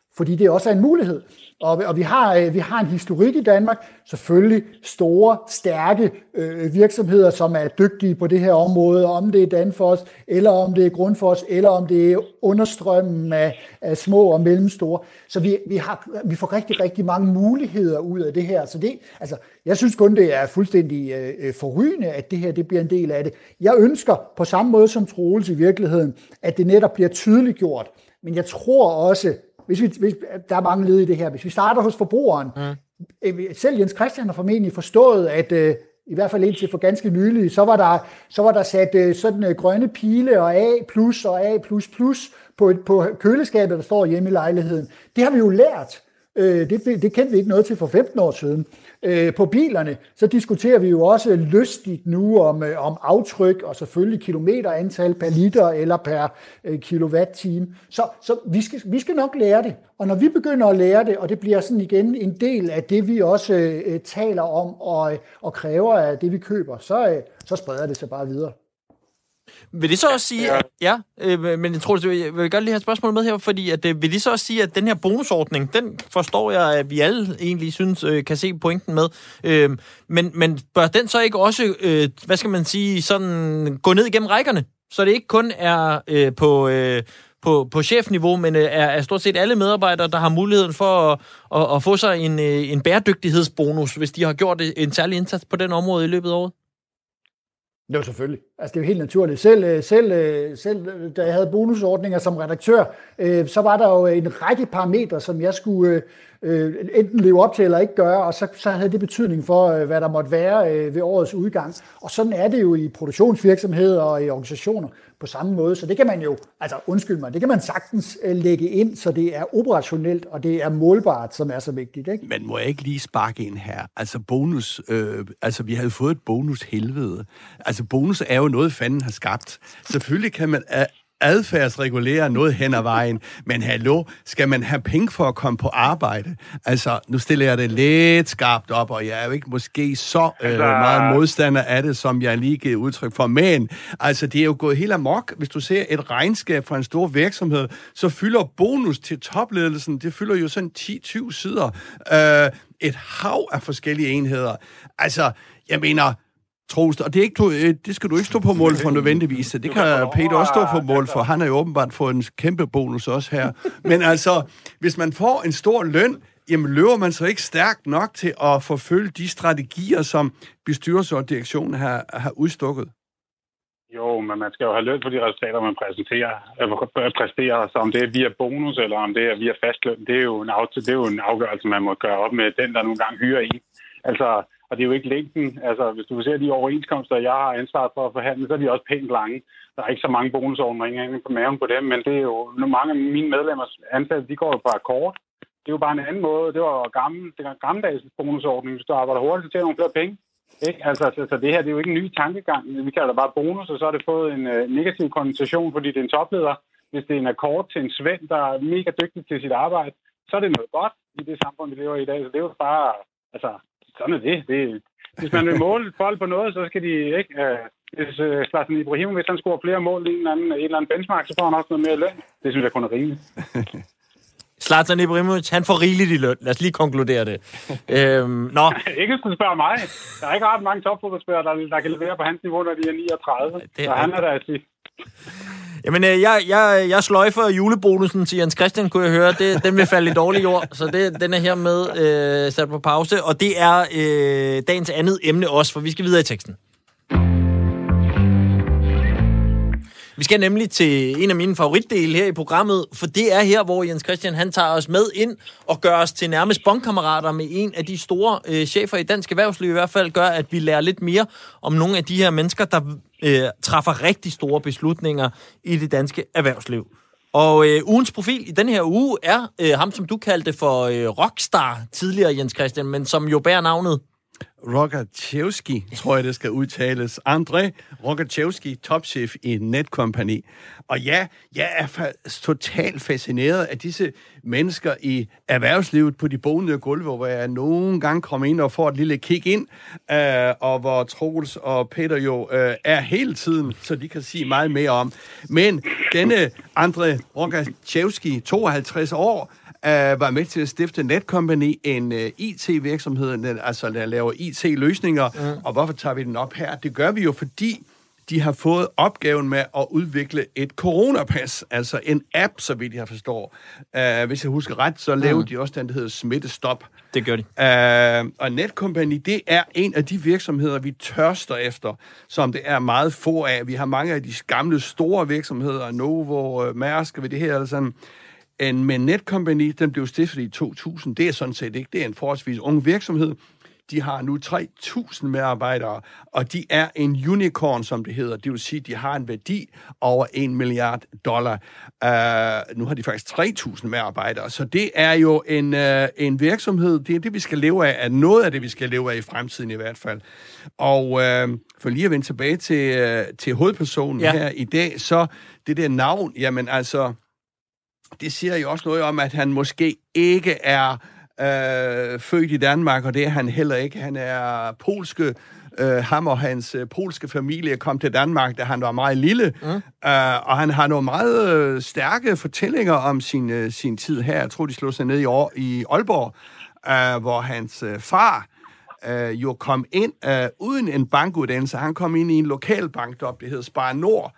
[SPEAKER 4] fordi det også er en mulighed. Og, og vi, har, vi har en historik i Danmark, selvfølgelig store, stærke øh, virksomheder, som er dygtige på det her område, om det er Danfoss, eller om det er Grundfos, eller om det er understrømmen af, af små og mellemstore. Så vi, vi, har, vi får rigtig, rigtig mange muligheder ud af det her. Så det, altså, jeg synes kun, det er fuldstændig øh, forrygende, at det her det bliver en del af det. Jeg ønsker på samme måde som Troels i virkeligheden, at det netop bliver tydeliggjort. Men jeg tror også, Hvis vi, hvis, der er mange led i det her. Hvis vi starter hos forbrugeren, mm. selv Jens Christian har formentlig forstået, at øh, i hvert fald indtil for ganske nylig, så var der, så var der sat øh, sådan øh, grønne pile og A plus og A plus plus på, på køleskabet, der står hjemme i lejligheden. Det har vi jo lært. Øh, det, det kendte vi ikke noget til for femten år siden. Øh, på bilerne, så diskuterer vi jo også lystigt nu om, øh, om aftryk og selvfølgelig kilometerantal per liter eller per øh, kilowatt-time. Så, så vi, skal, vi skal nok lære det. Og når vi begynder at lære det, og det bliver sådan igen en del af det, vi også øh, taler om og, og kræver af det, vi køber, så, øh, så spreder det sig bare videre.
[SPEAKER 1] Vil det så også sige, at, ja, øh, men jeg tror, jeg vil godt lige have et spørgsmål med her, fordi at, øh, vil det så også sige, at den her bonusordning, den forstår jeg, at vi alle egentlig synes, øh, kan se pointen med, øh, men, men bør den så ikke også, øh, hvad skal man sige, sådan gå ned igennem rækkerne, så det ikke kun er øh, på... Øh, På, på chefniveau, men er, er stort set alle medarbejdere, der har muligheden for at, at, at få sig en, en bæredygtighedsbonus, hvis de har gjort en særlig indsats på den område i løbet af året?
[SPEAKER 4] Det er jo selvfølgelig. Altså, det er jo helt naturligt. Selv, selv, selv da jeg havde bonusordninger som redaktør, så var der jo en række parametre, som jeg skulle enten leve op til eller ikke gøre, og så, så havde det betydning for, hvad der måtte være ved årets udgang. Og sådan er det jo i produktionsvirksomheder og i organisationer på samme måde. Så det kan man jo, altså undskyld mig, det kan man sagtens lægge ind, så det er operationelt, og det er målbart, som er så vigtigt, ikke?
[SPEAKER 2] Men må jeg ikke lige sparke ind her? Altså bonus, øh, altså vi havde fået et bonus helvede. Altså bonus er jo noget, fanden har skabt. Selvfølgelig kan man adfærdsregulere noget hen ad vejen, men hallo, skal man have penge for at komme på arbejde? Altså, nu stiller jeg det lidt skarpt op, og jeg er jo ikke måske så øh, meget modstander af det, som jeg lige givet udtryk for, men altså, det er jo gået helt amok. Hvis du ser et regnskab fra en stor virksomhed, så fylder bonus til topledelsen, det fylder jo sådan ti til tyve sider. Øh, et hav af forskellige enheder. Altså, jeg mener, Troels, og det, er ikke, det skal du ikke stå på mål for nødvendigvis. Det kan Peter også stå på mål for. Han har jo åbenbart fået en kæmpe bonus også her. Men altså, hvis man får en stor løn, jamen løber man så ikke stærkt nok til at forfølge de strategier, som bestyrelse og direktion har, har udstukket?
[SPEAKER 3] Jo, men man skal jo have løn for de resultater, man præsenterer, præsterer. Så om det er via bonus, eller om det er via fastløn, det er jo en, af, det er jo en afgørelse, man må gøre op med den, der nogle gange hyrer en. Altså, og det er jo ikke længden. Altså, hvis du ser de overenskomster, jeg har ansvaret for at forhandle, så er de også pænt lange. Der er ikke så mange bonusordninger inde på maven på dem, men det er jo, mange af mine medlemmers ansatte, de går jo på akkord. Det er jo bare en anden måde. Det var gammel, det var gammeldags bonusordning. Hvis du arbejder hurtigt, så tjener nogle flere penge. Ikke? Altså, så, så det her, det er jo ikke en ny tankegang. Vi kalder det bare bonus, og så har det fået en uh, negativ konnotation, fordi det er en topleder. Hvis det er en akkord til en svend, der er mega dygtig til sit arbejde, så er det noget godt i det samfund, vi lever i i dag. Så det er jo bare, altså, sådan er det. det hvis man vil måle folk på noget, så skal de ikke... Uh, hvis uh, Zlatan Ibrahimovic, hvis han scorer flere mål i en eller anden, en eller anden benchmark, så får han også noget mere løn. Det synes jeg kun er rimeligt.
[SPEAKER 1] Zlatan Ibrahimovic, han får rigeligt i løn. Lad os lige konkludere det. øhm, nå.
[SPEAKER 3] Ikke hvis du spørger mig. Der er ikke ret mange topfodboldspillere, der, der kan levere på hans niveau, når de er niogtredive. Det er så han er der at sige.
[SPEAKER 1] Jamen, jeg, jeg, jeg sløjfer julebonusen til Jens Christian, kunne jeg høre. Det, den vil falde i dårlig jord, så det, den er hermed øh, sat på pause. Og det er øh, dagens andet emne også, for vi skal videre i teksten. Vi skal nemlig til en af mine favoritdele her i programmet, for det er her, hvor Jens Christian han tager os med ind og gør os til nærmest bondkammerater med en af de store øh, chefer i dansk erhvervsliv, i hvert fald gør, at vi lærer lidt mere om nogle af de her mennesker, der øh, træffer rigtig store beslutninger i det danske erhvervsliv. Og øh, ugens profil i den her uge er øh, ham, som du kaldte for øh, rockstar tidligere, Jens Christian, men som jo bærer navnet
[SPEAKER 2] Rogatchevski, tror jeg, det skal udtales. André Rogatchevski, topchef i Netcompany. Og ja, jeg er fa- totalt fascineret af disse mennesker i erhvervslivet på de bonede gulve, hvor jeg nogle gange kommer ind og får et lille kig ind, øh, og hvor Troels og Peter jo øh, er hele tiden, så de kan sige meget mere om. Men denne André Rogatchevski, tooghalvtreds år, var med til at stifte Netcompany, en uh, I T-virksomhed, altså der laver I T-løsninger. Mm. Og hvorfor tager vi den op her? Det gør vi jo, fordi de har fået opgaven med at udvikle et coronapas, altså en app, så vidt jeg forstår. Uh, hvis jeg husker ret, så lavede mm. de også den, der hedder Smittestop.
[SPEAKER 1] Det gør de.
[SPEAKER 2] Uh, og Netcompany, det er en af de virksomheder, vi tørster efter, som det er meget få af. Vi har mange af de gamle store virksomheder, Novo, Mærsk, ved det her, eller sådan. Men Netcompany, den blev stiftet i to tusind. Det er sådan set ikke. Det er en forholdsvis ung virksomhed. De har nu tre tusind medarbejdere, og de er en unicorn, som det hedder. Det vil sige, at de har en værdi over en milliard dollar. Uh, nu har de faktisk tre tusind medarbejdere, så det er jo en, uh, en virksomhed. Det er det, vi skal leve af, er noget af det, vi skal leve af i fremtiden i hvert fald. Og uh, for lige at vende tilbage til, uh, til hovedpersonen ja. her i dag, så det der navn, jamen altså, det siger jo også noget om, at han måske ikke er Øh, født i Danmark, og det er han heller ikke. Han er polske. Øh, ham og hans øh, polske familie kom til Danmark, da han var meget lille. Mm. Øh, og han har nogle meget øh, stærke fortællinger om sin, øh, sin tid her. Jeg tror, de slog sig ned i, år, i Aalborg, øh, hvor hans øh, far øh, jo kom ind øh, uden en bankuddannelse. Han kom ind i en lokalbank deroppe, det hed Spar Nord.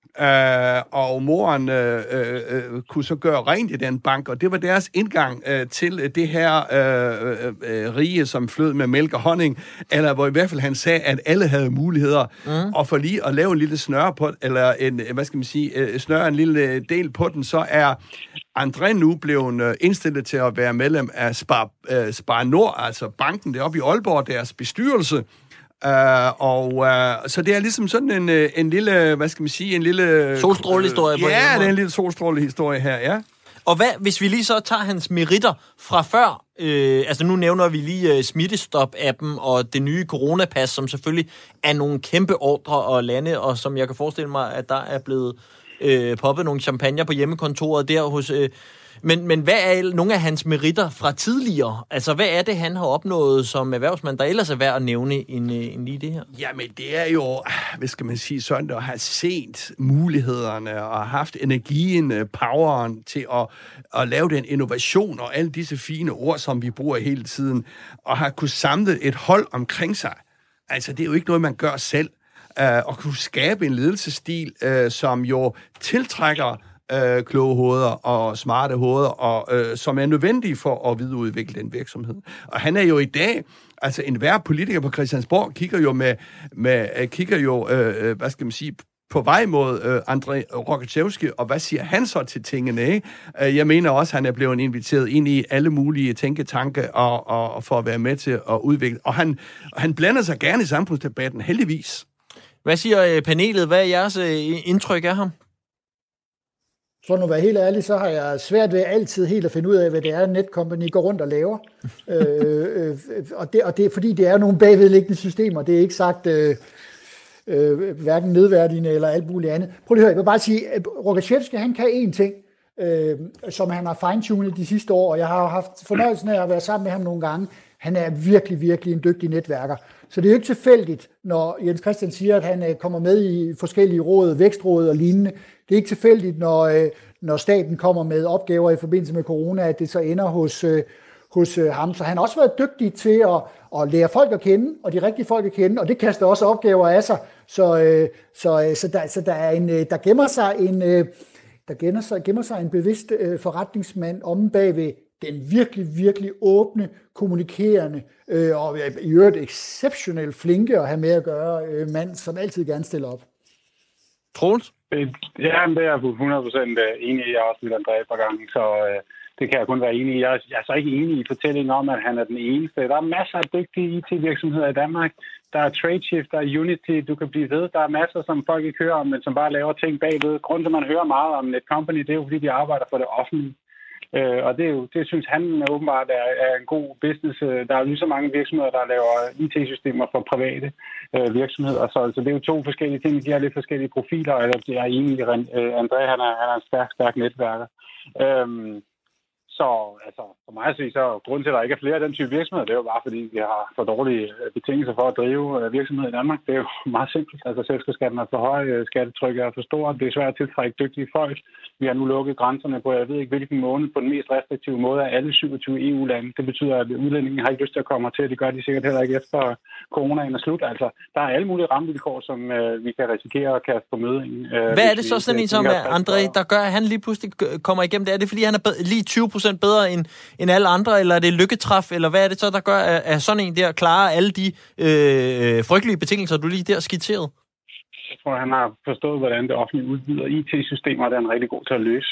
[SPEAKER 2] Uh, og moren uh, uh, uh, kunne så gøre rent i den bank, og det var deres indgang uh, til det her uh, uh, rige, som flød med mælk og honning, eller hvor i hvert fald han sagde, at alle havde muligheder, mm. og for lige at lave en lille snøre på, eller en, hvad skal man sige, uh, snøre en lille del på den, så er André nu blevet uh, indstillet til at være medlem af Spar, uh, Spar Nord, altså banken deroppe i Aalborg, deres bestyrelse. Uh, og uh, så det er ligesom sådan en, en lille, hvad skal man sige, en lille...
[SPEAKER 1] Solstrålehistorie.
[SPEAKER 2] Uh, ja, det er en lille solstrålehistorie her, ja.
[SPEAKER 1] Og hvad, hvis vi lige så tager hans meritter fra før, øh, altså nu nævner vi lige uh, Smittestop-appen og det nye coronapas, som selvfølgelig er nogle kæmpe ordre at lande, og som jeg kan forestille mig, at der er blevet øh, poppet nogle champagne på hjemmekontoret der hos... Øh, Men, men hvad er nogle af hans meritter fra tidligere? Altså, hvad er det, han har opnået som erhvervsmand, der ellers er værd at nævne end, end lige det her?
[SPEAKER 2] Jamen, det er jo, hvad skal man sige, sådan at have set mulighederne og haft energien, poweren til at, at lave den innovation og alle disse fine ord, som vi bruger hele tiden, og har kunne samle et hold omkring sig. Altså, det er jo ikke noget, man gør selv. Uh, og kunne skabe en ledelsesstil, uh, som jo tiltrækker Øh, kloge hoveder og smarte hoveder, og, øh, som er nødvendige for at videreudvikle den virksomhed. Og han er jo i dag, altså enhver politiker på Christiansborg, kigger jo med, med øh, kigger jo, øh, hvad skal man sige, på vej mod øh, André Rogatschewski, og hvad siger han så til tingene, ikke? Jeg mener også, at han er blevet inviteret ind i alle mulige tænketanke og, og, og for at være med til at udvikle. Og han, han blander sig gerne i samfundsdebatten, heldigvis.
[SPEAKER 1] Hvad siger panelet? Hvad er jeres øh, indtryk af ham?
[SPEAKER 4] For nu at være helt ærlig, så har jeg svært ved altid helt at finde ud af, hvad det er, Netcompany går rundt og laver. øh, øh, og, det, og det er fordi, det er nogle bagvedliggende systemer. Det er ikke sagt øh, øh, hverken nedværdigende eller alt muligt andet. Prøv lige at høre, jeg vil bare sige, at Rogatschewski, han kan én ting, øh, som han har fine-tunet de sidste år, og jeg har haft fornøjelsen af at være sammen med ham nogle gange. Han er virkelig, virkelig en dygtig netværker. Så det er jo ikke tilfældigt, når Jens Christian siger, at han kommer med i forskellige råd, vækstråd og lignende. Det er ikke tilfældigt, når, når staten kommer med opgaver i forbindelse med corona, at det så ender hos, hos ham. Så han har også været dygtig til at, at lære folk at kende, og de rigtige folk at kende, og det kaster også opgaver af sig. Så, så, så, der, så der, er en, der gemmer sig en, der gemmer sig, gemmer sig en bevidst forretningsmand om bagved den virkelig, virkelig åbne, kommunikerende øh, og i øvrigt exceptionelt flinke at have med at gøre øh, mand, som altid gerne stiller op.
[SPEAKER 1] Troels?
[SPEAKER 3] Ja, det er jeg hundrede procent enig i. Jeg har også lidt André et par gange, så øh, det kan jeg kun være enig i. Jeg er, jeg er så ikke enig i fortællingen om, at han er den eneste. Der er masser af dygtige I T-virksomheder i Danmark. Der er Tradeshift, der er Unity, du kan blive ved. Der er masser, som folk ikke hører om, men som bare laver ting bagved. Grunden til, at man hører meget om Netcompany, det er jo, fordi de arbejder for det offentlige. Øh, og det, er jo, det synes han åbenbart er, er en god business. Der er jo lige så mange virksomheder, der laver I T-systemer for private øh, virksomheder. Så altså, det er jo to forskellige ting. De har lidt forskellige profiler. Eller jeg er enig i, øh, André, han er, han er en stærk, stærk netværker. Øhm, Så altså, for mig at sige, så grunden til, at der ikke er flere af den type virksomheder, det er jo bare, fordi vi har for dårlige betingelser for at drive virksomhed i Danmark. Det er jo meget simpelt. Altså, selskabsskatten er for høj, skattetrykket er for stort, det er svært at tiltrække dygtige folk. Vi har nu lukket grænserne på, jeg ved ikke hvilken måned, på den mest restriktive måde af alle syvogtyve E U-lande. Det betyder, at udlændingen har ikke lyst til at komme til, det gør de sikkert heller ikke efter coronaen er slut. Altså, der er alle mulige rammevilkår, som øh, vi kan risikere at kaste på møde. Øh,
[SPEAKER 1] Hvad er det så sådan en som André, der gør, at han lige pludselig kommer igennem det? Er det, fordi han er bedre, lige tyve procent bedre end, end alle andre, eller er det lykketræf, eller hvad er det så, der gør, at sådan en der klarer alle de øh, frygtelige betingelser, du lige der skitserede?
[SPEAKER 3] Jeg tror, han har forstået, hvordan det offentlige udbyder I T-systemer, der er en rigtig god til at løse.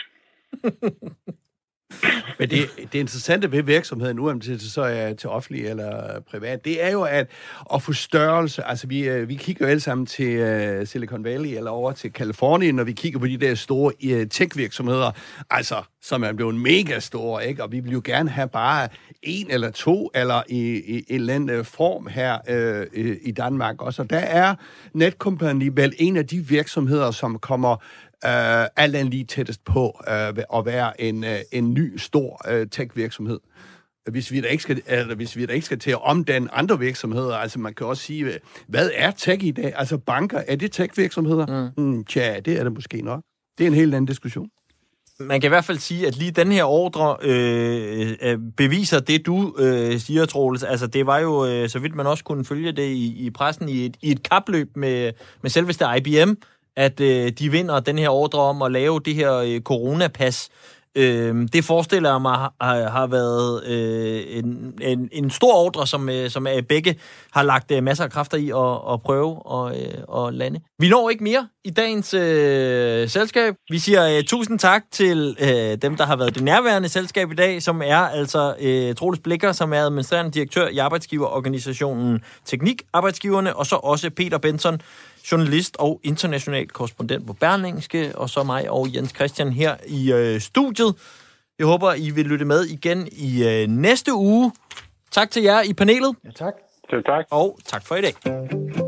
[SPEAKER 2] Men det, det interessante ved virksomheden, uanset så er til offentlig eller privat, det er jo at, at få størrelse. Altså, vi, vi kigger jo alle sammen til uh, Silicon Valley eller over til Californien, når vi kigger på de der store uh, tech-virksomheder, altså, som er blevet mega store, ikke? Og vi vil jo gerne have bare en eller to, eller i, i en eller anden form her uh, i, i Danmark også. Og der er Netcompany vel en af de virksomheder, som kommer Uh, alt andet lige tættest på uh, at være en, uh, en ny, stor uh, tech-virksomhed. Hvis vi, da ikke skal, eller hvis vi da ikke skal til at omdanne andre virksomheder, altså man kan også sige, hvad er tech i dag? Altså banker, er det tech-virksomheder? Mm. Mm, tja, det er det måske nok. Det er en helt anden diskussion.
[SPEAKER 1] Man kan i hvert fald sige, at lige den her ordre øh, beviser det, du øh, siger, Troels. Altså, det var jo, øh, så vidt man også kunne følge det i, i pressen, i et, i et kapløb med, med selveste I B M, at øh, de vinder den her ordre om at lave det her øh, coronapas. Øh, det forestiller jeg mig har, har været øh, en, en, en stor ordre, som, øh, som øh, begge har lagt øh, masser af kræfter i at, at prøve at, øh, at lande. Vi når ikke mere i dagens øh, selskab. Vi siger øh, tusind tak til øh, dem, der har været det nærværende selskab i dag, som er altså øh, Troels Blicher, som er administrerende direktør i arbejdsgiverorganisationen Teknik Arbejdsgiverne, og så også Peter Benson, journalist og international korrespondent på Berlingske, og så mig og Jens Christian her i øh, studiet. Jeg håber, I vil lytte med igen i øh, næste uge. Tak til jer i panelet.
[SPEAKER 4] Ja, tak.
[SPEAKER 3] Selv tak.
[SPEAKER 1] Og tak for i dag.